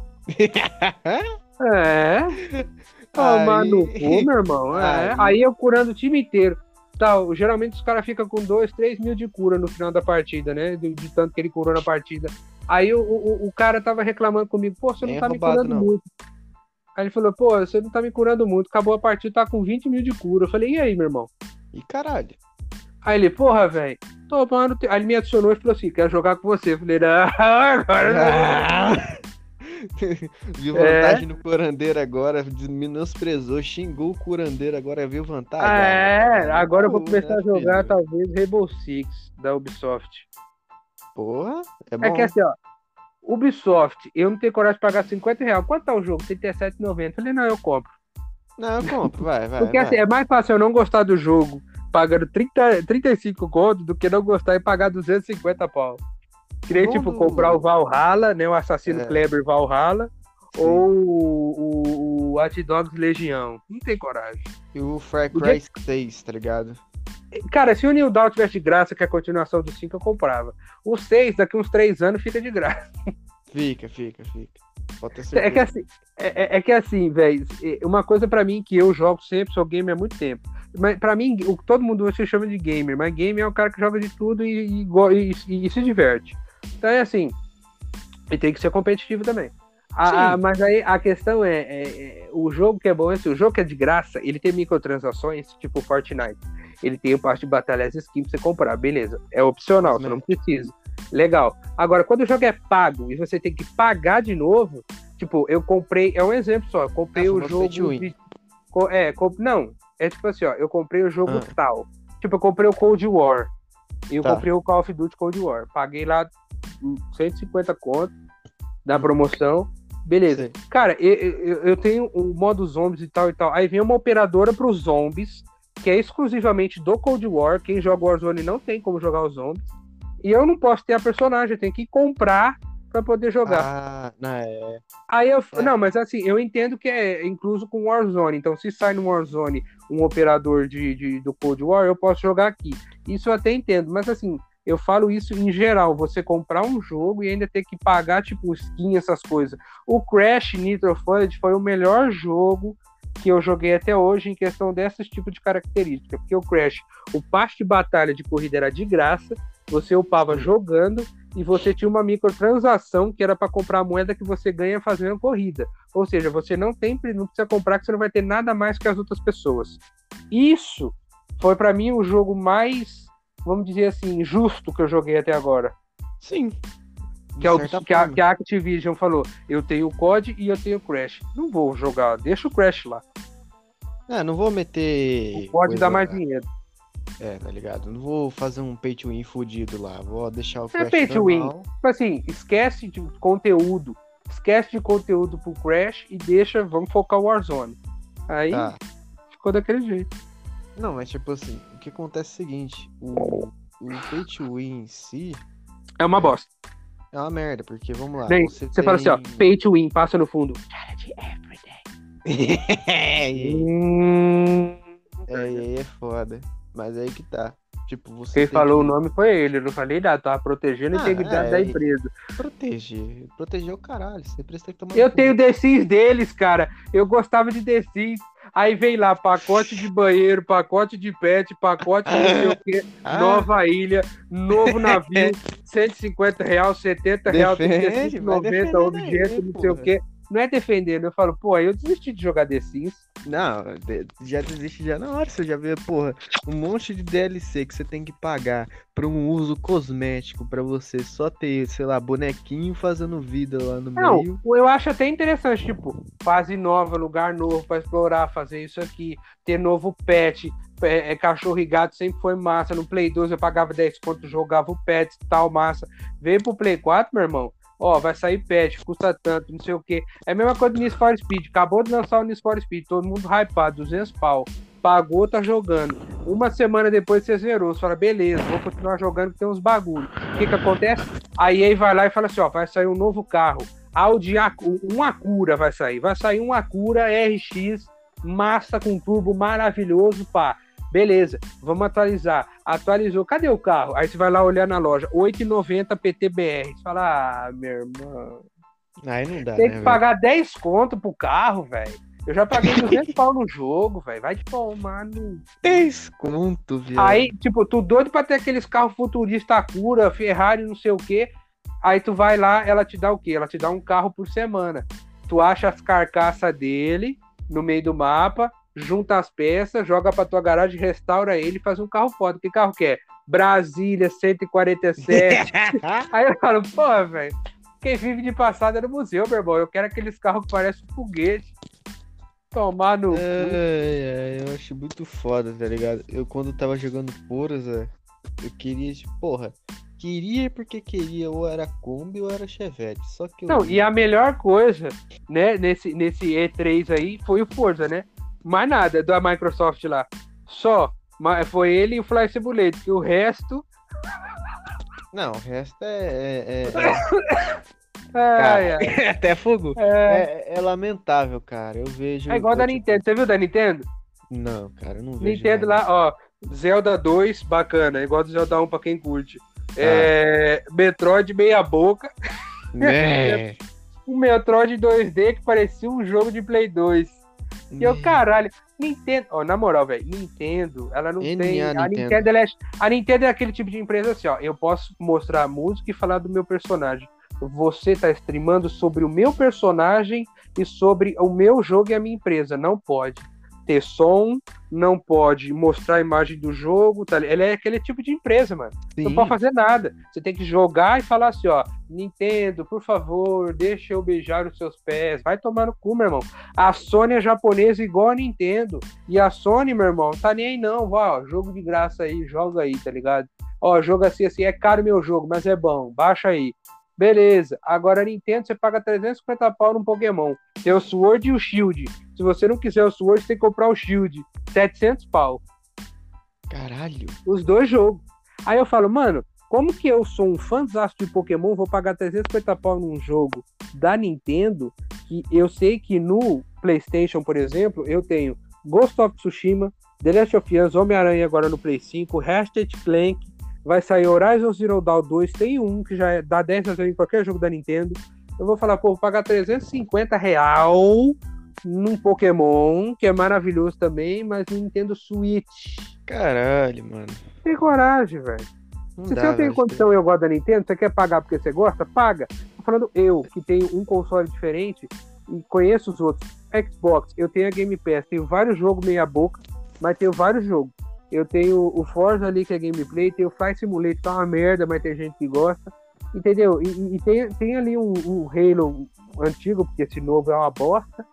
É. Tomar no cu, meu irmão. É. Aí eu curando o time inteiro. Tal, geralmente os caras ficam com 2, 3 mil de cura no final da partida, né? De tanto que ele curou na partida. Aí o cara tava reclamando comigo: pô, você não tá me curando muito. Aí ele falou: pô, você não tá me curando muito. Acabou a partida, tá com 20 mil de cura. Eu falei: e aí, meu irmão? E caralho. Aí ele: porra, velho, tomando. Aí ele me adicionou e falou assim: quero jogar com você. Eu falei: não, agora não. Viu vantagem no curandeiro agora, menosprezou, xingou o curandeiro, agora viu vantagem. Agora eu vou começar né, a jogar, filho? talvez, Rainbow Six, da Ubisoft. Porra, é É bom. que assim, ó, Ubisoft, eu não tenho coragem de pagar R$50. Quanto tá o jogo? R$37,90. Eu falei: não, eu compro. Não, eu compro, vai. Porque assim, é mais fácil eu não gostar do jogo pagando 35 conto do que não gostar e pagar 250 pau. Queria, tipo, comprar o Valhalla, né? O Assassino Kleber Valhalla. Sim. Ou o Watch Dogs Legião. Não tem coragem. E o Far Cry 6, tá ligado? Cara, se o New Dawn tivesse de graça, que é a continuação do 5, eu comprava. O 6, daqui uns 3 anos, fica de graça. Fica. Pode ter certeza. É que assim, velho, uma coisa pra mim que eu jogo sempre, sou gamer há muito tempo. Mas pra mim, todo mundo se chama de gamer, mas gamer é o cara que joga de tudo e se diverte. Então é assim, e tem que ser competitivo também. Mas aí a questão o jogo que é bom, o jogo que é de graça, ele tem microtransações, tipo Fortnite. Ele tem o passe de batalhas skin pra você comprar, beleza. É opcional, você não precisa. Legal. Agora, quando o jogo é pago e você tem que pagar de novo, tipo, eu comprei, é um exemplo só, eu comprei o jogo de... Não, é tipo assim, ó, eu comprei o jogo Ah. tal. Tipo, eu comprei o Cold War. E eu Tá. comprei o Call of Duty Cold War. Paguei lá 150 conto da promoção. Beleza. Sei. Cara, eu tenho o modo zombies e tal e tal. Aí vem uma operadora pros zombies, que é exclusivamente do Cold War. Quem joga Warzone não tem como jogar os zombies. E eu não posso ter a personagem, eu tenho que comprar pra poder jogar. Ah, não, é. Aí eu. É. Não, mas assim, eu entendo que é incluso com Warzone. Então, se sai no Warzone um operador do Cold War, eu posso jogar aqui. Isso eu até entendo, mas assim, eu falo isso em geral. Você comprar um jogo e ainda ter que pagar, tipo, skin, essas coisas. O Crash Nitro Flood foi o melhor jogo que eu joguei até hoje em questão desses tipos de características. Porque o Crash, o passe de batalha de corrida era de graça, você upava jogando e você tinha uma microtransação que era para comprar a moeda que você ganha fazendo corrida. Ou seja, você não precisa comprar, que você não vai ter nada mais que as outras pessoas. Isso foi para mim o jogo mais, vamos dizer assim, justo que eu joguei até agora. Sim. Que, que a Activision falou, eu tenho o COD e eu tenho o Crash. Não vou jogar, deixa o Crash lá. Não vou meter. O COD dá mais dinheiro. Tá ligado? Não vou fazer um pay to win fudido lá. Vou deixar o Crash pay to win. normal. Tipo assim, esquece de conteúdo. Esquece de conteúdo pro Crash e vamos focar o Warzone. Aí ficou daquele jeito. Não, mas tipo assim, o que acontece é o seguinte, o pay to win em si é uma bosta. É uma merda, porque vamos lá. Bem, você fala assim, ó, pay to win, passa no fundo. Aí é foda. Mas aí que tá. Tipo, você. Quem falou o nome foi ele, eu não falei nada, tava protegendo a integridade da empresa. Proteger o caralho. Você precisa tomar. Eu tenho The Sims deles, cara. Eu gostava de The Sims. Aí vem lá, pacote de banheiro, pacote de pet, pacote de não sei o quê, nova ilha, novo navio, R$150, R$70, R$390, objeto, não sei o quê. Não é defendendo, eu falo, pô, aí eu desisti de jogar The Sims. Não, já desisti já na hora, você já vê, porra, um monte de DLC que você tem que pagar pra um uso cosmético, pra você só ter, sei lá, bonequinho fazendo vida lá no meio. Não, eu acho até interessante, tipo, fase nova, lugar novo pra explorar, fazer isso aqui, ter novo pet, cachorro e gato sempre foi massa, no Play 2 eu pagava 10 conto, jogava o pet e tal, massa. Veio pro Play 4, meu irmão, ó, vai sair patch, custa tanto, não sei o que. É a mesma coisa do Need for Speed. Acabou de lançar o Need for Speed, todo mundo hypado, 200 pau. Pagou, tá jogando. Uma semana depois você zerou. Você fala, beleza, vou continuar jogando que tem uns bagulho. O que acontece? A EA vai lá e fala assim, ó, vai sair um novo carro. Audi, um Acura vai sair. Vai sair um Acura RX, massa com turbo maravilhoso, pá. Beleza, vamos atualizar. Atualizou, cadê o carro? Aí você vai lá olhar na loja, 8,90 PTBR. Você fala, meu irmão. Aí não dá, tem que pagar 10 conto pro carro, velho. Eu já paguei 200 pau no jogo, velho. Vai te tomar no... 10 conto, velho. Aí, tipo, tu doido pra ter aqueles carros futuristas, Acura, Ferrari, não sei o quê. Aí tu vai lá, ela te dá o quê? Ela te dá um carro por semana. Tu acha as carcaças dele no meio do mapa, junta as peças, joga pra tua garagem, restaura ele e faz um carro foda. Que carro que é? Brasília 147. Aí eu falo, pô, velho, quem vive de passado é no museu, meu irmão. Eu quero aqueles carros que parecem um foguete. Tomar no... eu acho muito foda, tá ligado? Eu quando tava jogando Forza, eu queria, porra, queria porque queria, ou era Kombi ou era Chevette. Só que não, e a melhor coisa, né, nesse E3 aí, foi o Forza, né? Mais nada da Microsoft lá. Só. Foi ele e o Flight Simulator. Que o resto... Não, o resto Cara, até fogo. É lamentável, cara. Eu vejo... É igual da Nintendo. Você viu da Nintendo? Não, cara, eu não vejo. Nintendo lá, ó. Zelda 2, bacana. Igual do Zelda 1 pra quem curte. Metroid meia boca. Um Metroid 2D que parecia um jogo de Play 2. E eu, caralho, Nintendo, na moral, velho, Nintendo, ela não tem. A Nintendo é aquele tipo de empresa assim, ó. Eu posso mostrar a música e falar do meu personagem. Você tá streamando sobre o meu personagem e sobre o meu jogo e a minha empresa. Não pode. ter som, não pode mostrar a imagem do jogo, tá? Ele é aquele tipo de empresa, mano. Sim. Não pode fazer nada. Você tem que jogar e falar assim, ó, Nintendo, por favor, deixa eu beijar os seus pés. Vai tomar no cu, meu irmão. A Sony é japonesa igual a Nintendo. E a Sony, meu irmão, tá nem aí não. Ó, jogo de graça aí, joga aí, tá ligado? Ó, jogo assim, é caro meu jogo, mas é bom. Baixa aí. Beleza. Agora a Nintendo, você paga 350 pau num Pokémon. Tem o Sword e o Shield. Se você não quiser o Sword, você tem que comprar o Shield. 700 pau. Caralho. Os dois jogos. Aí eu falo, mano, como que eu sou um fãzaço de Pokémon, vou pagar 350 pau num jogo da Nintendo, que eu sei que no PlayStation, por exemplo, eu tenho Ghost of Tsushima, The Last of Us, Homem-Aranha agora no Play 5, Ratchet Clank, vai sair Horizon Zero Dawn 2, tem um que já dá 10 a 0 em qualquer jogo da Nintendo. Eu vou falar, pô, vou pagar 350 real num Pokémon, que é maravilhoso também, mas no Nintendo Switch. Caralho, mano. Tem coragem, velho. Se você tem condição e eu gosto da Nintendo, você quer pagar porque você gosta? Paga. Tô falando eu, que tenho um console diferente e conheço os outros. Xbox, eu tenho a Game Pass, tenho vários jogos meia boca, mas tenho vários jogos. Eu tenho o Forza ali, que é gameplay, tenho o Flight Simulator, que é uma merda, mas tem gente que gosta. Entendeu? E tem ali um Halo antigo, porque esse novo é uma bosta.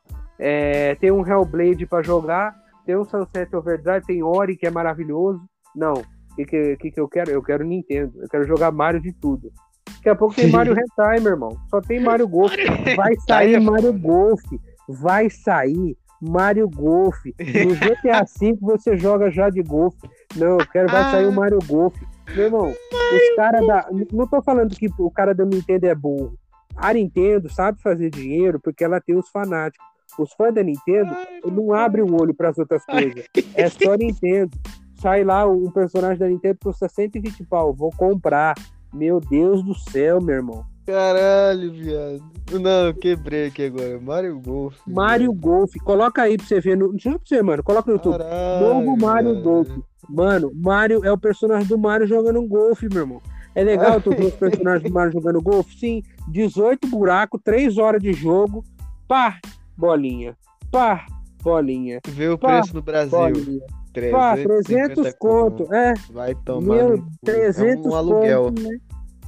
Tem um Hellblade pra jogar, tem um Sunset Overdrive, tem Ori, que é maravilhoso. Não, o que eu quero? Eu quero Nintendo, eu quero jogar Mario de tudo. Daqui a pouco tem Mario Hentai, meu irmão. Só tem Mario Golf. Vai sair Mario Golf. Vai sair Mario Golf. No GTA V você joga já de golfe. Não, vai sair o Mario Golf. Meu irmão, os caras da... Não tô falando que o cara da Nintendo é burro. A Nintendo sabe fazer dinheiro porque ela tem os fanáticos. Os fãs da Nintendo não abrem o olho para as outras coisas. É só Nintendo. Sai lá, um personagem da Nintendo custa 120 pau. Vou comprar. Meu Deus do céu, meu irmão. Caralho, viado. Não, eu quebrei aqui agora. Mario Golf. Mario Golf. Coloca aí pra você ver. Deixa eu pra você, mano. Coloca no YouTube. Caralho, Novo Mario velho. Golf. Mano, Mario é o personagem do Mario jogando um golfe, meu irmão. É legal tu ver os personagens do Mario jogando golfe? Sim. 18 buracos, 3 horas de jogo. Pá, bolinha. Pá, bolinha. Vê o Pá, preço no Brasil. bolinha. Pá, 300 conto. Vai tomar. Meu, 300 é um aluguel. conto, né?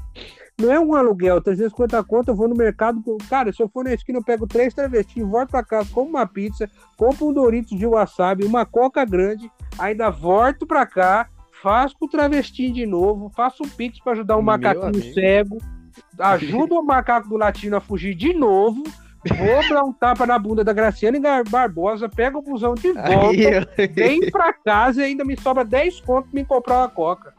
Não é um aluguel, 350 conto, eu vou no mercado. Cara, se eu for na esquina, eu pego 3 travestis, volto pra casa, como uma pizza, compro um Doritos de wasabi, uma coca grande, ainda volto pra cá, faço com o travesti de novo, faço um pix pra ajudar um macaquinho cego, ajudo o macaco do latino a fugir de novo, vou dar um tapa na bunda da Graciane Barbosa, pego o busão de volta, venho pra casa e ainda me sobra 10 conto pra me comprar uma coca.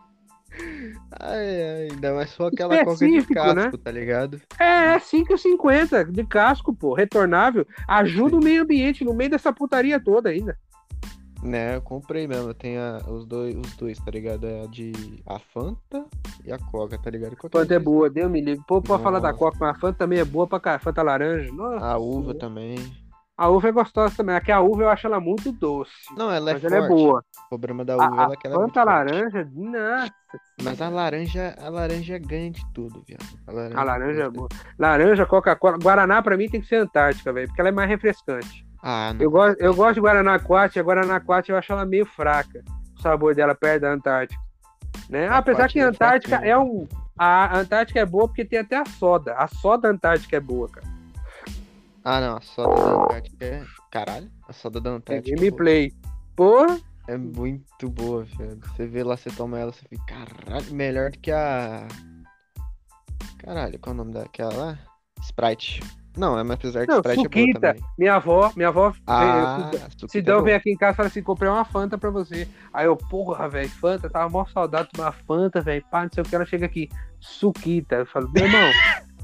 Ainda mais só aquela coca de casco, né? Tá ligado? É, 5,50 de casco, pô, retornável. Ajuda o meio ambiente no meio dessa putaria toda ainda. Né, eu comprei mesmo. Eu tenho os dois, tá ligado? A Fanta e a Coca, tá ligado? A Fanta é boa, Deus me livre. Pô, pode falar da Coca, mas a Fanta também é boa pra cá. Fanta laranja. Nossa, a uva também. A uva é gostosa também. Aqui a uva eu acho ela muito doce. Não, ela é mas forte. ela é boa. O problema da uva é que ela é muito Fanta laranja, nossa. Mas a laranja ganha de tudo, viado. A laranja é boa. Laranja, Coca-Cola. Guaraná pra mim tem que ser Antártica, velho, porque ela é mais refrescante. Não. Eu gosto de Guaraná Quat. A Guaraná Quat eu acho ela meio fraca. O sabor dela perto da Antártica. Né? Apesar que a Antártica é um... A Antártica é boa porque tem até a soda. A soda Antártica é boa, cara. Não, a soda da Antártica é... Caralho, a soda da Antártica é gameplay. Porra! É muito boa, velho. Você vê lá, você toma ela, você fica... Caralho, melhor do que a... Caralho, qual é o nome daquela lá? Sprite. Não, mas apesar que Sprite suquita. É boa também. Minha avó se dão vem aqui em casa e fala assim, comprei uma Fanta pra você. Aí eu, porra, velho, Fanta, tava mó saudade de tomar Fanta, velho, pá, não sei o que, ela chega aqui, suquita. Eu falo, meu irmão...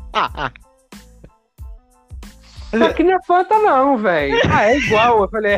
Só que não é Fanta não, velho. É igual. Eu falei,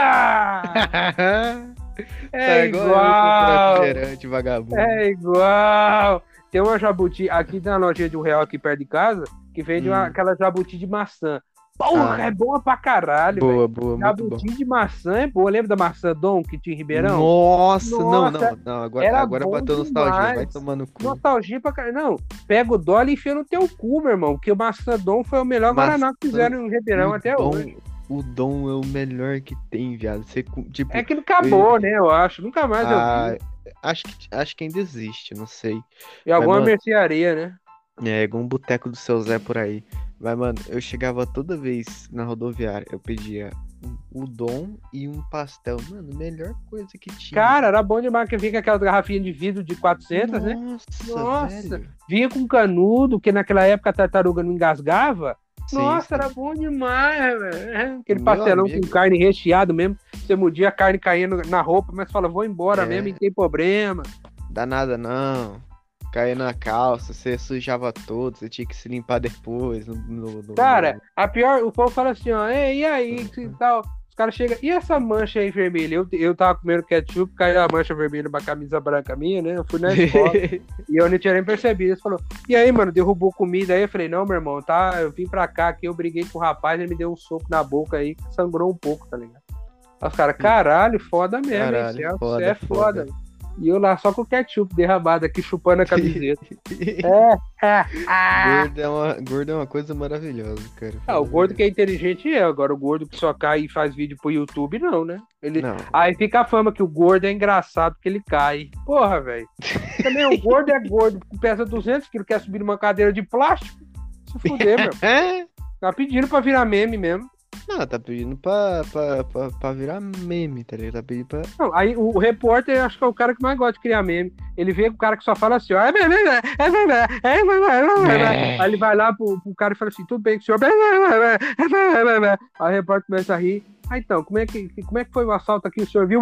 é igual. Vagabundo. É igual. Tem uma jabuti, aqui tem uma lojinha de R$1 aqui perto de casa, que vende aquela jabuti de maçã. Porra, é boa pra caralho, boa, velho. Boa, jabuti de maçã é boa. Lembra da maçã Dom que tinha em Ribeirão? Nossa, não. Agora bateu nostalgia, vai tomando cu. Nostalgia pra caralho. Não, pega o dólar e enfia no teu cu, meu irmão, porque o maçã Dom foi o melhor Guaraná que fizeram em Ribeirão até hoje. o Dom é o melhor que tem, viado. Você, tipo, É que não acabou, né? Eu acho. Nunca mais eu ah, vi. acho que ainda existe, não sei. Em Mas, alguma mano, mercearia, né? é igual um boteco do seu Zé por aí. Mas, mano, eu chegava toda vez na rodoviária, eu pedia um udon e um pastel. Mano, melhor coisa que tinha. Cara, era bom demais que vinha com aquelas garrafinhas de vidro de 400, né? Nossa, Nossa, velho. vinha com canudo, que naquela época a tartaruga não engasgava. Sim, Nossa, sim. era bom demais, velho. Aquele Meu pastelão com amigo. carne recheado mesmo. Você mordia a carne caindo na roupa, mas fala, vou embora mesmo, não É, tem problema. dá nada não. Caía na calça, você sujava todo, você tinha que se limpar depois. Cara, a pior, o povo fala assim, ó, e aí, que tal? Os caras chegam, e essa mancha aí vermelha? Eu tava comendo ketchup, caiu a mancha vermelha pra camisa branca minha, né? Eu fui na escola e eu não tinha nem percebido. Eles falaram, e aí, mano, derrubou comida aí? Eu falei, não, meu irmão, tá? Eu vim pra cá aqui, eu briguei com o rapaz, ele me deu um soco na boca aí, que sangrou um pouco, tá ligado? Aí os caras, caralho, foda mesmo, hein? Caralho, Você é foda. foda. E eu lá só com o ketchup derramado aqui, chupando a camiseta. Gordo é uma coisa maravilhosa, cara. O gordo que é inteligente agora o gordo que só cai e faz vídeo pro YouTube, não, né? Não. Aí fica a fama que o gordo é engraçado porque ele cai. Porra, velho. Também o gordo é gordo, pesa 200 quilos, quer subir numa cadeira de plástico. Se fuder, meu. Tá pedindo pra virar meme mesmo. Não, tá pedindo pra virar meme, tá ligado? Tá pedindo pra. Não, aí o repórter, acho que é o cara que mais gosta de criar meme. Ele vê com o cara que só fala assim, ó, é meme. Aí ele vai lá pro cara e fala assim, tudo bem com o senhor. Aí o repórter começa a rir. Ah, então, como é que foi o assalto aqui? O senhor viu?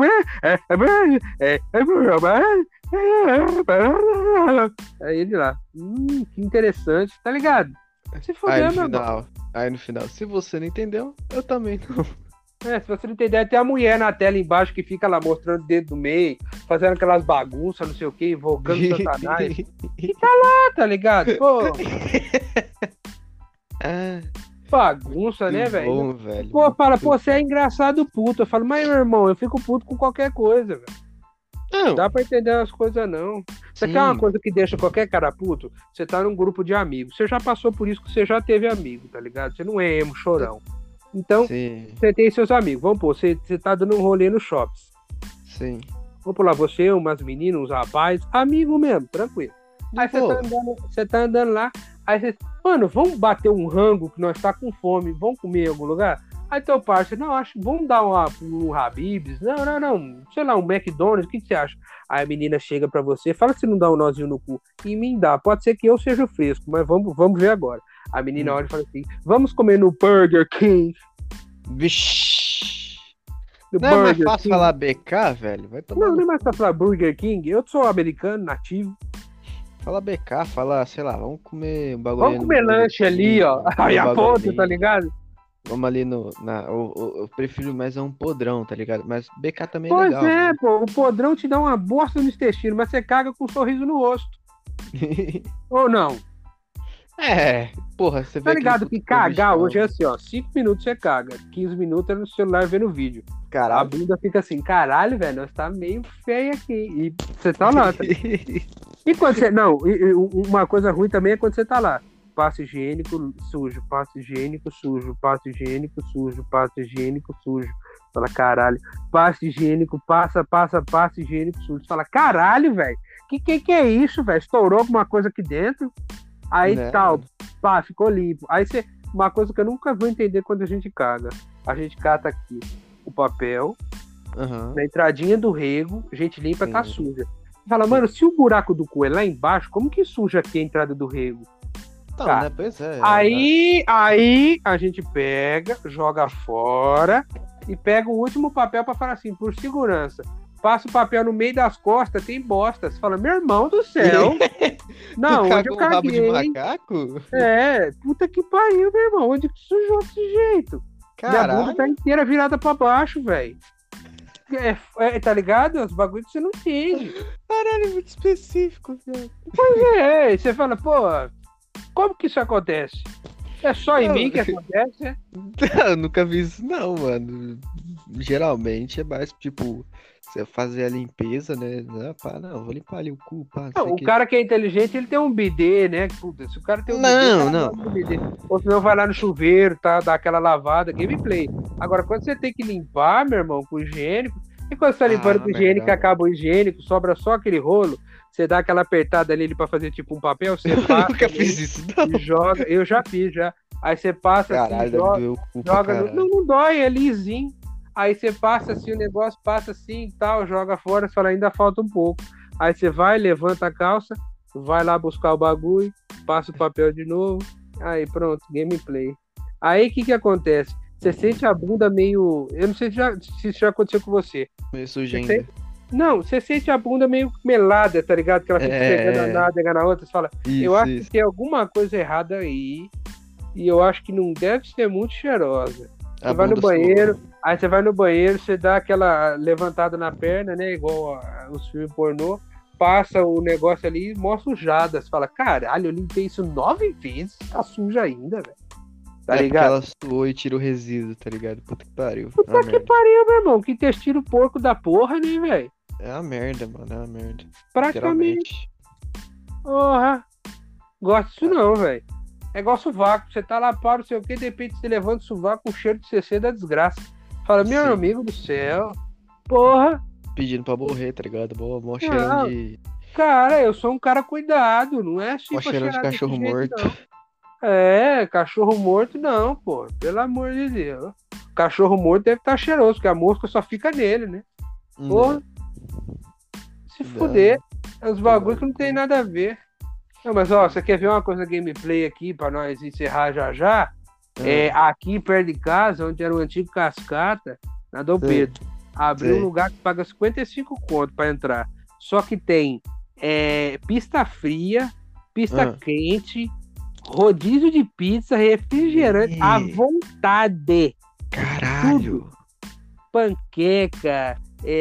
Aí ele lá, que interessante, tá ligado? Se fuder, meu irmão. Aí no final, se você não entendeu, eu também não. Se você não tem ideia, tem a mulher na tela embaixo que fica lá mostrando o dedo do meio, fazendo aquelas bagunças, não sei o que, invocando Satanás. E tá lá, tá ligado? Pô. Bagunça, né, velho? Bom, velho. Pô, fala, pô, você é engraçado puto. Eu falo, mas meu irmão, eu fico puto com qualquer coisa, velho. Não dá pra entender as coisas, não. Você quer uma coisa que deixa qualquer cara puto? Você tá num grupo de amigos. Você já passou por isso que você já teve amigo, tá ligado? Você não é emo, chorão. Então, você tem seus amigos. Vamos pôr, você tá dando um rolê no shopping. Sim. Vamos pôr lá, você, umas meninas, uns rapazes, amigo mesmo, tranquilo. Aí você tá andando lá, aí você, mano, vamos bater um rango que nós tá com fome, vamos comer em algum lugar? Aí teu parceiro, não, vamos dar um Habib's, não, sei lá, um McDonald's, o que você acha? Aí a menina chega pra você, fala se não dá um nozinho no cu, e me dá, pode ser que eu seja fresco, mas vamos ver agora. A menina olha e fala assim, vamos comer no Burger King. Vixi. Não é mais fácil falar BK, velho? Vai tomar não é mais fácil falar Burger King, eu sou americano, nativo. Fala BK, fala, sei lá, vamos comer um bagulho. Vamos comer lanche ali, ó, aí a ponta, tá ligado? Vamos ali eu prefiro mais um podrão, tá ligado? Mas BK também é legal. Pois é, pô, o podrão te dá uma bosta no intestino, mas você caga com um sorriso no rosto. Ou não? Porra, você vê. Tá ligado que cagar hoje é assim, ó, 5 minutos você caga, 15 minutos é no celular vendo vídeo. Caralho. A bunda fica assim, caralho, velho, nós tá meio feio aqui. E você tá lá, tá? E quando você... Não, uma coisa ruim também é quando você tá lá. Passo higiênico sujo, passo higiênico sujo, passo higiênico sujo, passo higiênico sujo. Fala, caralho. Passo higiênico, passo higiênico sujo. Fala, caralho, velho. Que é isso, velho? Estourou alguma coisa aqui dentro? Aí tal, pá, ficou limpo. Aí você... Uma coisa que eu nunca vou entender quando a gente caga. A gente cata aqui o papel, na entradinha do rego, a gente limpa, tá suja. Fala, mano, se o buraco do cu é lá embaixo, como que suja aqui a entrada do rego? Então, né? Pois é. Aí a gente pega, joga fora e pega o último papel pra falar assim, por segurança. Passa o papel no meio das costas, tem bosta. Você fala, meu irmão do céu. Não, onde eu caguei? Rabo de macaco? Puta que pariu, meu irmão. Onde que sujou desse jeito? Caralho. Minha bunda tá inteira virada pra baixo, velho. Tá ligado? Os bagulhos que você não entende. Caralho, é muito específico, velho. Pois é, você fala, pô, como que isso acontece? É só em Não, mim que acontece, né? eu nunca vi isso não, mano. Geralmente é mais tipo, você fazer a limpeza, né? Não, pá, não, vou limpar ali o cu, pá, não Não, sei o o quê. cara que é inteligente, ele tem um bidê, né? Puta, se o cara tem um bidê, o Não, cara não. gosta do bidê. Ou senão vai lá no chuveiro, tá? Dá aquela lavada, gameplay. Agora, quando você tem que limpar, meu irmão, com higiênico, e quando você tá limpando com higiênico, Uma merda. acaba o higiênico, sobra só aquele rolo, você dá aquela apertada nele pra fazer tipo um papel, você Eu passa nunca fiz nele isso, e não. joga. Eu já fiz, já. Aí você passa assim, Caralho, deve joga, doer o cu pra joga no. Não, caralho. não dói, é lisinho. Aí você passa assim, o negócio passa assim e tal, joga fora, você fala, ainda falta um pouco. Aí você vai, levanta a calça, vai lá buscar o bagulho, passa o papel de novo, aí pronto, gameplay. Aí o que que acontece? Você sente a bunda meio. Eu não sei se isso já aconteceu com você. Meio sujo Você ainda. sente... Não, você sente a bunda meio melada, tá ligado? Que ela fica esfregando a É, nádega na outra. Você fala, eu isso, acho que isso. tem alguma coisa errada aí. E eu acho que não deve ser muito cheirosa. Você A vai no bunda suou. banheiro, aí você vai no banheiro, você dá aquela levantada na perna, né? Igual os filmes pornô, passa o negócio ali e mostra sujada. Você fala, caralho, eu limpei isso 9 vezes, tá suja ainda, velho. Tá É porque ligado? ela suou e tira o resíduo, tá ligado? Puta que pariu. É uma Puta que merda. pariu, meu irmão. Que intestino porco da porra, né, velho? É uma merda, mano. É uma merda. Praticamente. Literalmente. Porra. Gosto disso Ah, não, velho. É igual sovaco. Você tá lá, para, não sei o que, de repente você levanta o sovaco com cheiro de CC da desgraça. Fala, meu sim. amigo do céu. Porra. Pedindo pra morrer, tá ligado? Mó cheirão Não, de. cara, eu sou um cara cuidado. Não é assim Mó pra cheirão de cheirar desse cachorro jeito, morto. não. É, cachorro morto não, pô. Pelo amor de Deus. Cachorro morto deve estar cheiroso, porque a mosca só fica nele, né? Né? Porra, se fuder. Cuidado. É uns bagulho Tomar que não tem cu. nada a ver. Não, mas ó, você quer ver uma coisa gameplay aqui pra nós encerrar já já? É, Ah, aqui perto de casa, onde era o antigo Cascata, na Dom sei, Pedro, abriu um sei. lugar que paga 55 conto pra entrar. Só que tem pista fria, pista Ah. quente, rodízio de pizza, refrigerante à Me... vontade. Tudo. Caralho. Panqueca,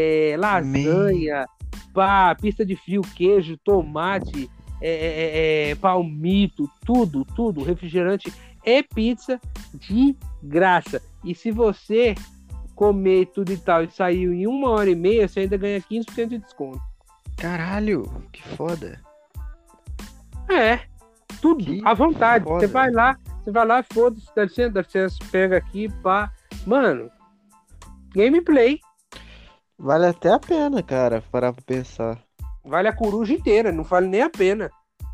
Me... lasanha, pá, pista de frio, queijo, tomate, palmito, tudo, refrigerante e pizza de graça. E se você comer tudo e tal e saiu em 1 hora e meia, você ainda ganha 15% de desconto. Caralho. Que foda. É, tudo, Que à vontade. foda. Você vai lá, foda-se, dá licença, pega aqui, pá. Mano, gameplay. Vale até a pena, cara, parar pra pensar. Vale a coruja inteira, não vale nem a pena.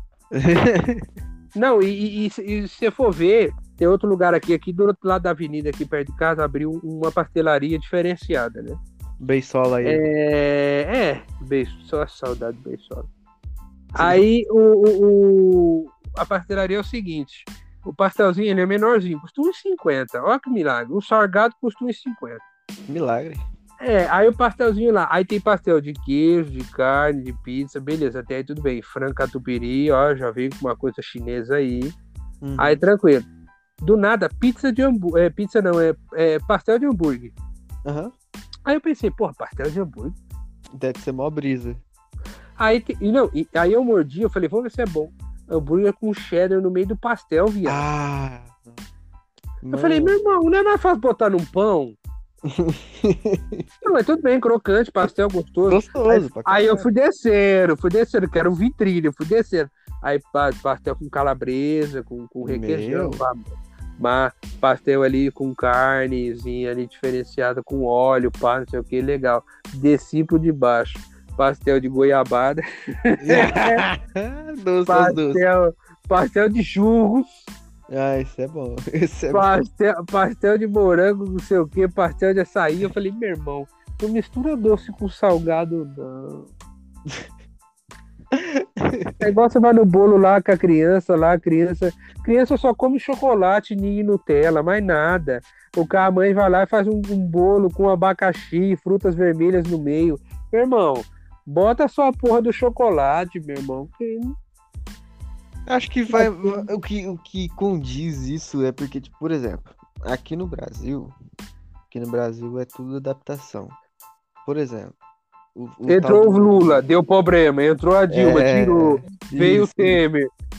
Não, e se você for ver, tem outro lugar aqui do outro lado da avenida, aqui perto de casa, abriu uma pastelaria diferenciada, né? Beisola aí. Beijo, só saudade do Beisola. Aí a pastelaria é o seguinte: o pastelzinho ele é menorzinho, custa 1,50. Olha que milagre. Um salgado custa 1,50. Milagre. Aí o pastelzinho lá. Aí tem pastel de queijo, de carne, de pizza, beleza, até aí tudo bem. Frango catupiry, ó, já veio com uma coisa chinesa aí. Uhum. Aí tranquilo. Do nada, pizza de hambúrguer. Pizza não, pastel de hambúrguer. Aham. Aí eu pensei, porra, pastel de hambúrguer. Deve ser mó brisa. Aí eu mordi, eu falei, vamos ver se é bom. Hambúrguer com cheddar no meio do pastel, viado. Ah. Eu falei, meu irmão, não é mais fácil botar num pão? Não, mas tudo bem, crocante, pastel gostoso. Gostoso, pra Aí eu caralho. fui descendo, que era um vitrine, eu fui descendo. Aí pastel com calabresa, com requeijão, pastel ali com carnezinha ali diferenciada, com óleo, pá, não sei o que, legal. Desci por debaixo. Pastel de goiabada, Doce. pastel de churros, Ah, isso é bom. Isso é bom. pastel de morango, não sei o que, pastel de açaí. Eu falei, meu irmão, não mistura doce com salgado, não. É igual você vai no bolo lá com a criança, criança só come chocolate e Nutella, mais nada. A mãe vai lá e faz um bolo com abacaxi, frutas vermelhas no meio. Meu irmão, bota só a porra do chocolate, meu irmão. Acho que vai. O que condiz isso é porque, tipo, por exemplo, aqui no Brasil é tudo adaptação. Por exemplo, o tal Entrou o do. Lula, deu problema. Entrou a Dilma, tirou. Veio o Isso. Temer.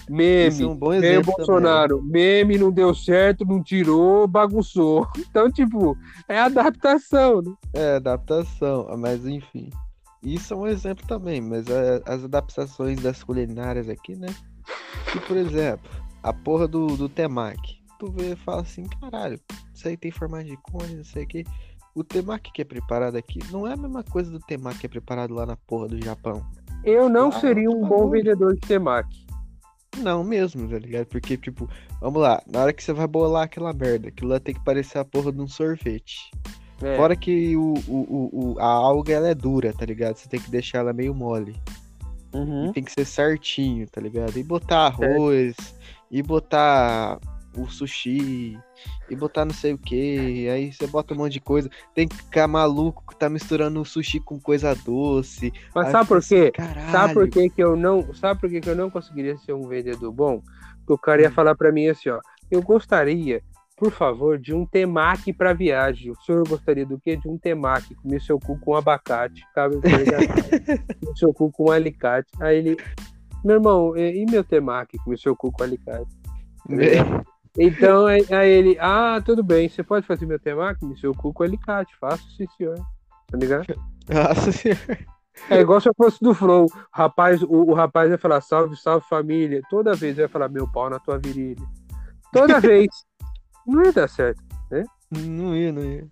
Isso é Meme. um bom Meio exemplo também. Bolsonaro. Meme não deu certo, não tirou, bagunçou. Então, tipo, é adaptação, né? É, adaptação, mas enfim. Isso é um exemplo também, mas as adaptações das culinárias aqui, né? Que, por exemplo, a porra do temaki. Tu vê e fala assim, caralho, isso aí tem formato de cone, não sei o que. O temaki que é preparado aqui não é a mesma coisa do temaki que é preparado lá na porra do Japão. Eu não Lá é seria outro um bom bagulho. vendedor de temaki. Não mesmo, tá ligado? Porque, tipo, vamos lá, na hora que você vai bolar aquela merda, aquilo lá tem que parecer a porra de um sorvete. É. Fora que a alga ela é dura, tá ligado? Você tem que deixar ela meio mole. E Uhum. tem que ser certinho, tá ligado? E botar Certo. arroz, e botar o sushi, e botar não sei o que. Aí você bota um monte de coisa. Tem que ficar maluco que tá misturando o sushi com coisa doce. Mas Aí sabe fica por assim, quê? caralho. Sabe por que que eu não conseguiria ser um vendedor bom? Porque o cara ia Hum. falar pra mim assim, ó, eu gostaria, por favor, de um temaki pra viagem. O senhor gostaria do quê? De um temaki, comer seu cu com abacate, cabe, tá ligado? Comer seu cu com alicate. Aí ele, meu irmão, e meu temaki, comer seu cu com alicate, tá ligado? Então, aí ele, tudo bem, você pode fazer meu temaki, comer seu cu com alicate, faço sim, senhor, tá ligado? Nossa senhora. É igual se eu fosse do Flow. O rapaz ia falar salve, salve família. Toda vez eu ia falar meu pau na tua virilha. Toda vez. Não ia dar certo, né? Não ia, não ia.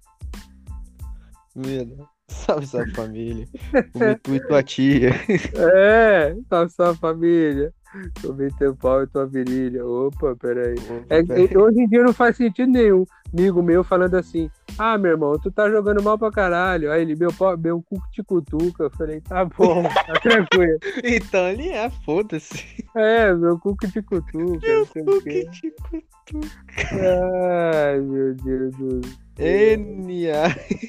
Não ia, não. Salve, salve família. Comi tu e tua tia. Salve, salve família. Tomei teu pau e tua virilha. Opa, peraí. Opa, peraí. Hoje em dia não faz sentido nenhum. Amigo meu falando assim: meu irmão, tu tá jogando mal pra caralho. Aí ele, meu cu te cutuca. Eu falei: tá bom, tá tranquilo. Então ele é, foda-se. Meu cu te cutuca, não sei o O que quê. te cutuca? Ai, meu Deus do céu. Enia.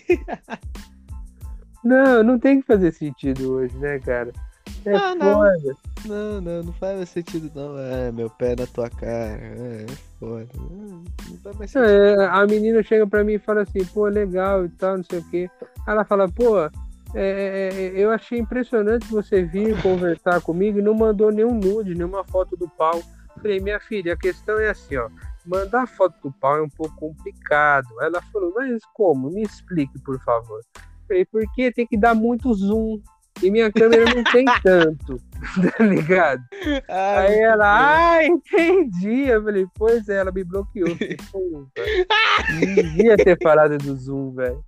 Não tem que fazer sentido hoje, né, cara? É Ah, não. foda. Não faz mais sentido, não. É, meu pé na tua cara. É foda. Não faz mais sentido. A menina chega pra mim e fala assim, pô, legal e tal, não sei o quê. Aí ela fala, pô, eu achei impressionante você vir conversar comigo e não mandou nenhum nude, nenhuma foto do pau. Falei, minha filha, a questão é assim, ó. Mandar foto do pau é um pouco complicado. Ela falou, mas como? Me explique, por favor. Falei, porque tem que dar muito zoom. E minha câmera não tem tanto, tá ligado? Ah, Aí muito bom. ela, entendi. Eu falei, pois é, ela me bloqueou. Eu falei, puta, não devia ter falado do Zoom, velho.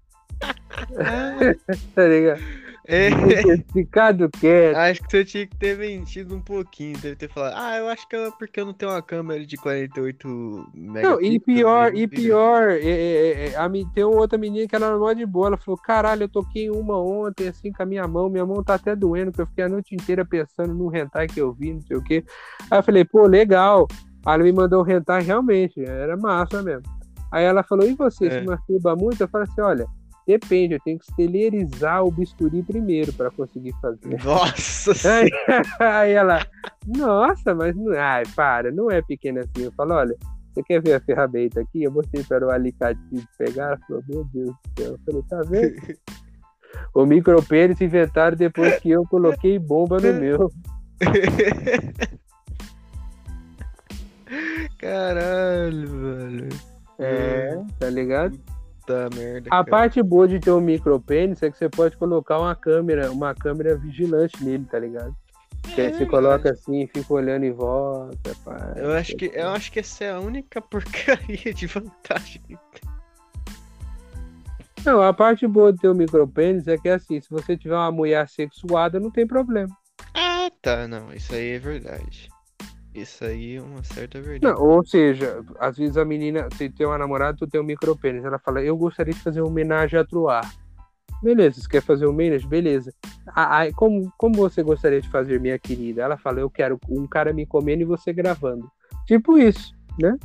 Tá ligado? É, Devia ter ficado quieto. acho que você tinha que ter mentido um pouquinho. Deve ter falado, eu acho que é porque eu não tenho uma câmera de 48 Não, e megapixels e pior, não vira. tem outra menina que ela não é de boa. Ela falou, caralho, eu toquei uma ontem, assim, com a minha mão tá até doendo, porque eu fiquei a noite inteira pensando no hentai que eu vi, não sei o quê. Aí eu falei, pô, legal. Aí ela me mandou o hentai, realmente, era massa mesmo. Aí ela falou, e você, se É. masturba muito? Eu falei assim, olha, depende, eu tenho que esterilizar o bisturi primeiro para conseguir fazer. Nossa Aí, senhora. aí ela, nossa, mas não, para, não é pequena assim. Eu falo, olha, você quer ver a ferramenta aqui? Eu mostrei para o alicate pegar. Ela falou, meu Deus do céu. Eu falei, tá vendo? O micropênis inventaram depois que eu coloquei bomba no meu. Caralho, velho. Tá ligado? Puta merda, A cara. parte boa de ter um micropênis é que você pode colocar uma câmera vigilante nele, tá ligado? Que aí você coloca assim e fica olhando em volta. Pá, Eu acho que essa é a única porcaria de vantagem. Não, a parte boa de ter o micropênis é que assim, se você tiver uma mulher sexuada, não tem problema. Ah, tá, não, isso aí é verdade. Isso aí é uma certa Não, verdade. ou seja, às vezes a menina, você tem uma namorada, tu tem um micropênis, ela fala, eu gostaria de fazer uma homenagem a Troar. Beleza, você quer fazer homenagem? Beleza. Aí, como você gostaria de fazer, minha querida? Ela fala, eu quero um cara me comendo e você gravando. Tipo isso, né?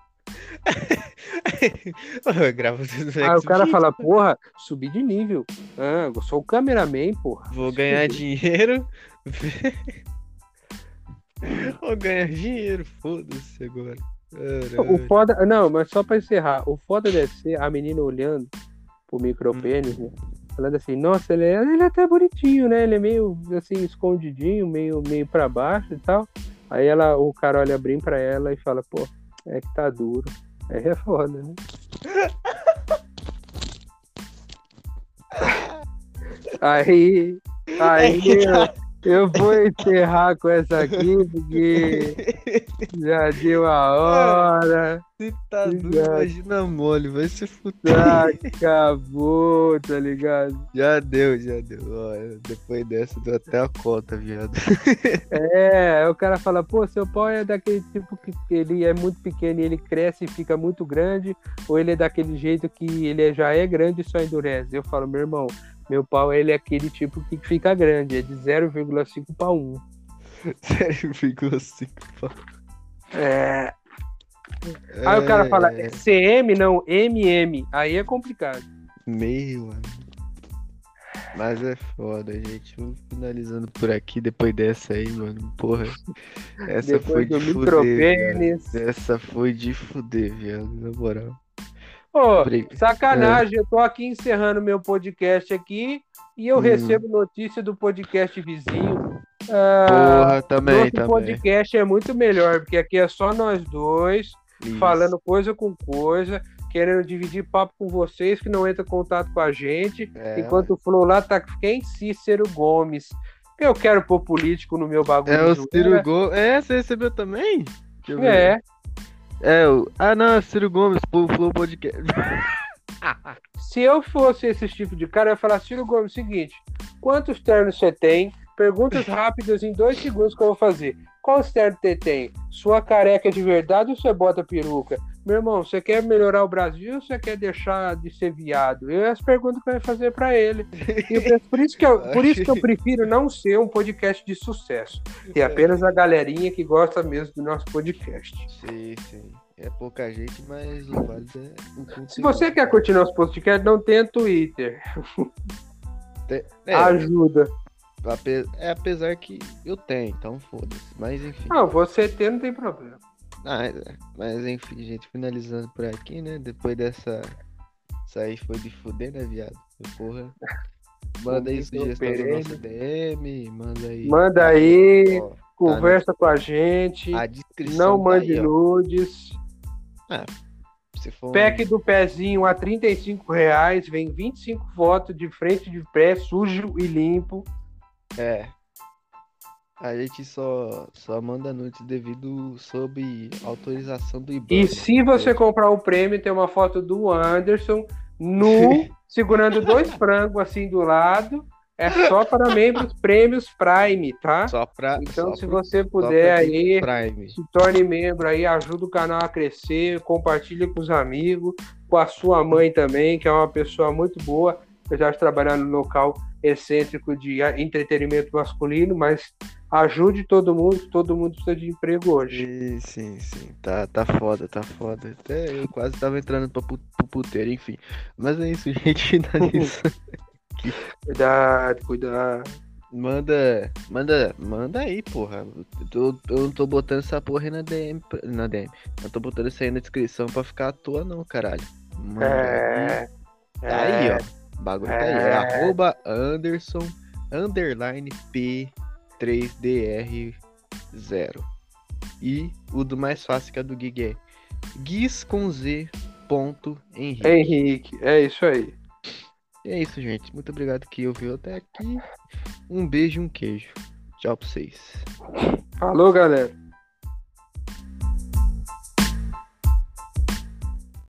Eu gravo tudo no Aí o cara Xvideos, fala, porra, subi de nível. Eu sou o cameraman, porra. vou ganhar dinheiro. Vou ganhar dinheiro, foda-se agora. O Caralho. foda, não, mas só pra encerrar, o foda deve ser a menina olhando pro micropênis, né? Falando assim, nossa, ele é até bonitinho, né? Ele é meio assim, escondidinho, meio pra baixo e tal. Aí o cara olha bem pra ela e fala, pô, é que tá duro. Aí é foda, né? Aí, É aí que tá. eu vou encerrar com essa aqui, porque já deu a hora, Se tá duro, já imagina mole, vai se fuder. acabou, tá ligado? Já deu, já deu. Ó, depois dessa deu até a cota, viado. Aí o cara fala, pô, seu pau é daquele tipo que ele é muito pequeno e ele cresce e fica muito grande, ou ele é daquele jeito que ele já é grande e só endurece? Eu falo, meu irmão, meu pau ele é aquele tipo que fica grande, é de 0,5 para 1. 0,5. É. Aí o cara fala, é CM, não, MM. Aí é complicado. Meu amigo. Mas é foda, gente. Vamos finalizando por aqui depois dessa aí, mano. Porra. Essa Depois foi do de fuder, viado. micropênis. Essa foi de fuder, viado. Na moral. Ô, Obrigado. sacanagem, eu tô aqui encerrando meu podcast aqui e eu recebo notícia do podcast vizinho. Porra, também. Nosso podcast é muito melhor, porque aqui é só nós dois, Isso. falando coisa com coisa, querendo dividir papo com vocês, que não entra em contato com a gente, enquanto o Flow lá tá quem? Cícero Gomes. Eu quero pôr político no meu bagulho. É o Ciro Gomes. É, você recebeu também? Deixa eu ver. É. É o. Ah, não, é o Ciro Gomes, pro Flow Podcast. Se eu fosse esse tipo de cara, eu ia falar, Ciro Gomes, seguinte, quantos ternos você tem? Perguntas rápidas em 2 segundos que eu vou fazer. Qual terno você tem? Sua careca é de verdade ou você bota peruca? Meu irmão, você quer melhorar o Brasil ou você quer deixar de ser viado? É as perguntas que eu ia fazer pra ele. E por isso que eu prefiro não ser um podcast de sucesso. Tem apenas a galerinha que gosta mesmo do nosso podcast. Sim, sim. É pouca gente, mas o válido é o conteúdo. Se você quer curtir nosso podcast, não tenha Twitter. Ajuda. Apesar que eu tenho, então foda-se. Mas enfim. Não, você ter não tem problema. Mas enfim, gente, finalizando por aqui, né? Depois dessa. Isso aí foi de fuder, né, viado? Porra. Manda aí sugestão na nossa DM. Manda aí. Ó, conversa com a gente. A descrição. Não mande aí, nudes. Se for Pack do pezinho a R$35. Vem 25 fotos de frente de pé, sujo e limpo. A gente só manda nudes devido sob autorização do IBAN. E se você comprar o prêmio, tem uma foto do Anderson nu, segurando 2 frangos assim do lado. É só para membros prêmios Prime, tá? Então, se você puder aí, se torne membro aí, ajuda o canal a crescer, compartilha com os amigos, com a sua mãe também, que é uma pessoa muito boa, apesar de trabalhar no local excêntrico de entretenimento masculino, mas ajude todo mundo precisa de emprego hoje. Sim. Tá foda. Até eu quase tava entrando pro puteiro, enfim. Mas é isso, gente, finalizando. Cuidado. Manda aí, porra. Eu não tô botando essa porra aí na DM. Eu tô botando isso aí na descrição pra ficar à toa, não, caralho. Manda tá aí, ó. O bagulho tá aí. É @Anderson _P3DR0. E o do mais fácil que é do Gig é Guiz com Z. Henrique. É isso aí. É isso, gente. Muito obrigado que ouviu até aqui. Um beijo e um queijo. Tchau pra vocês. Falou, galera.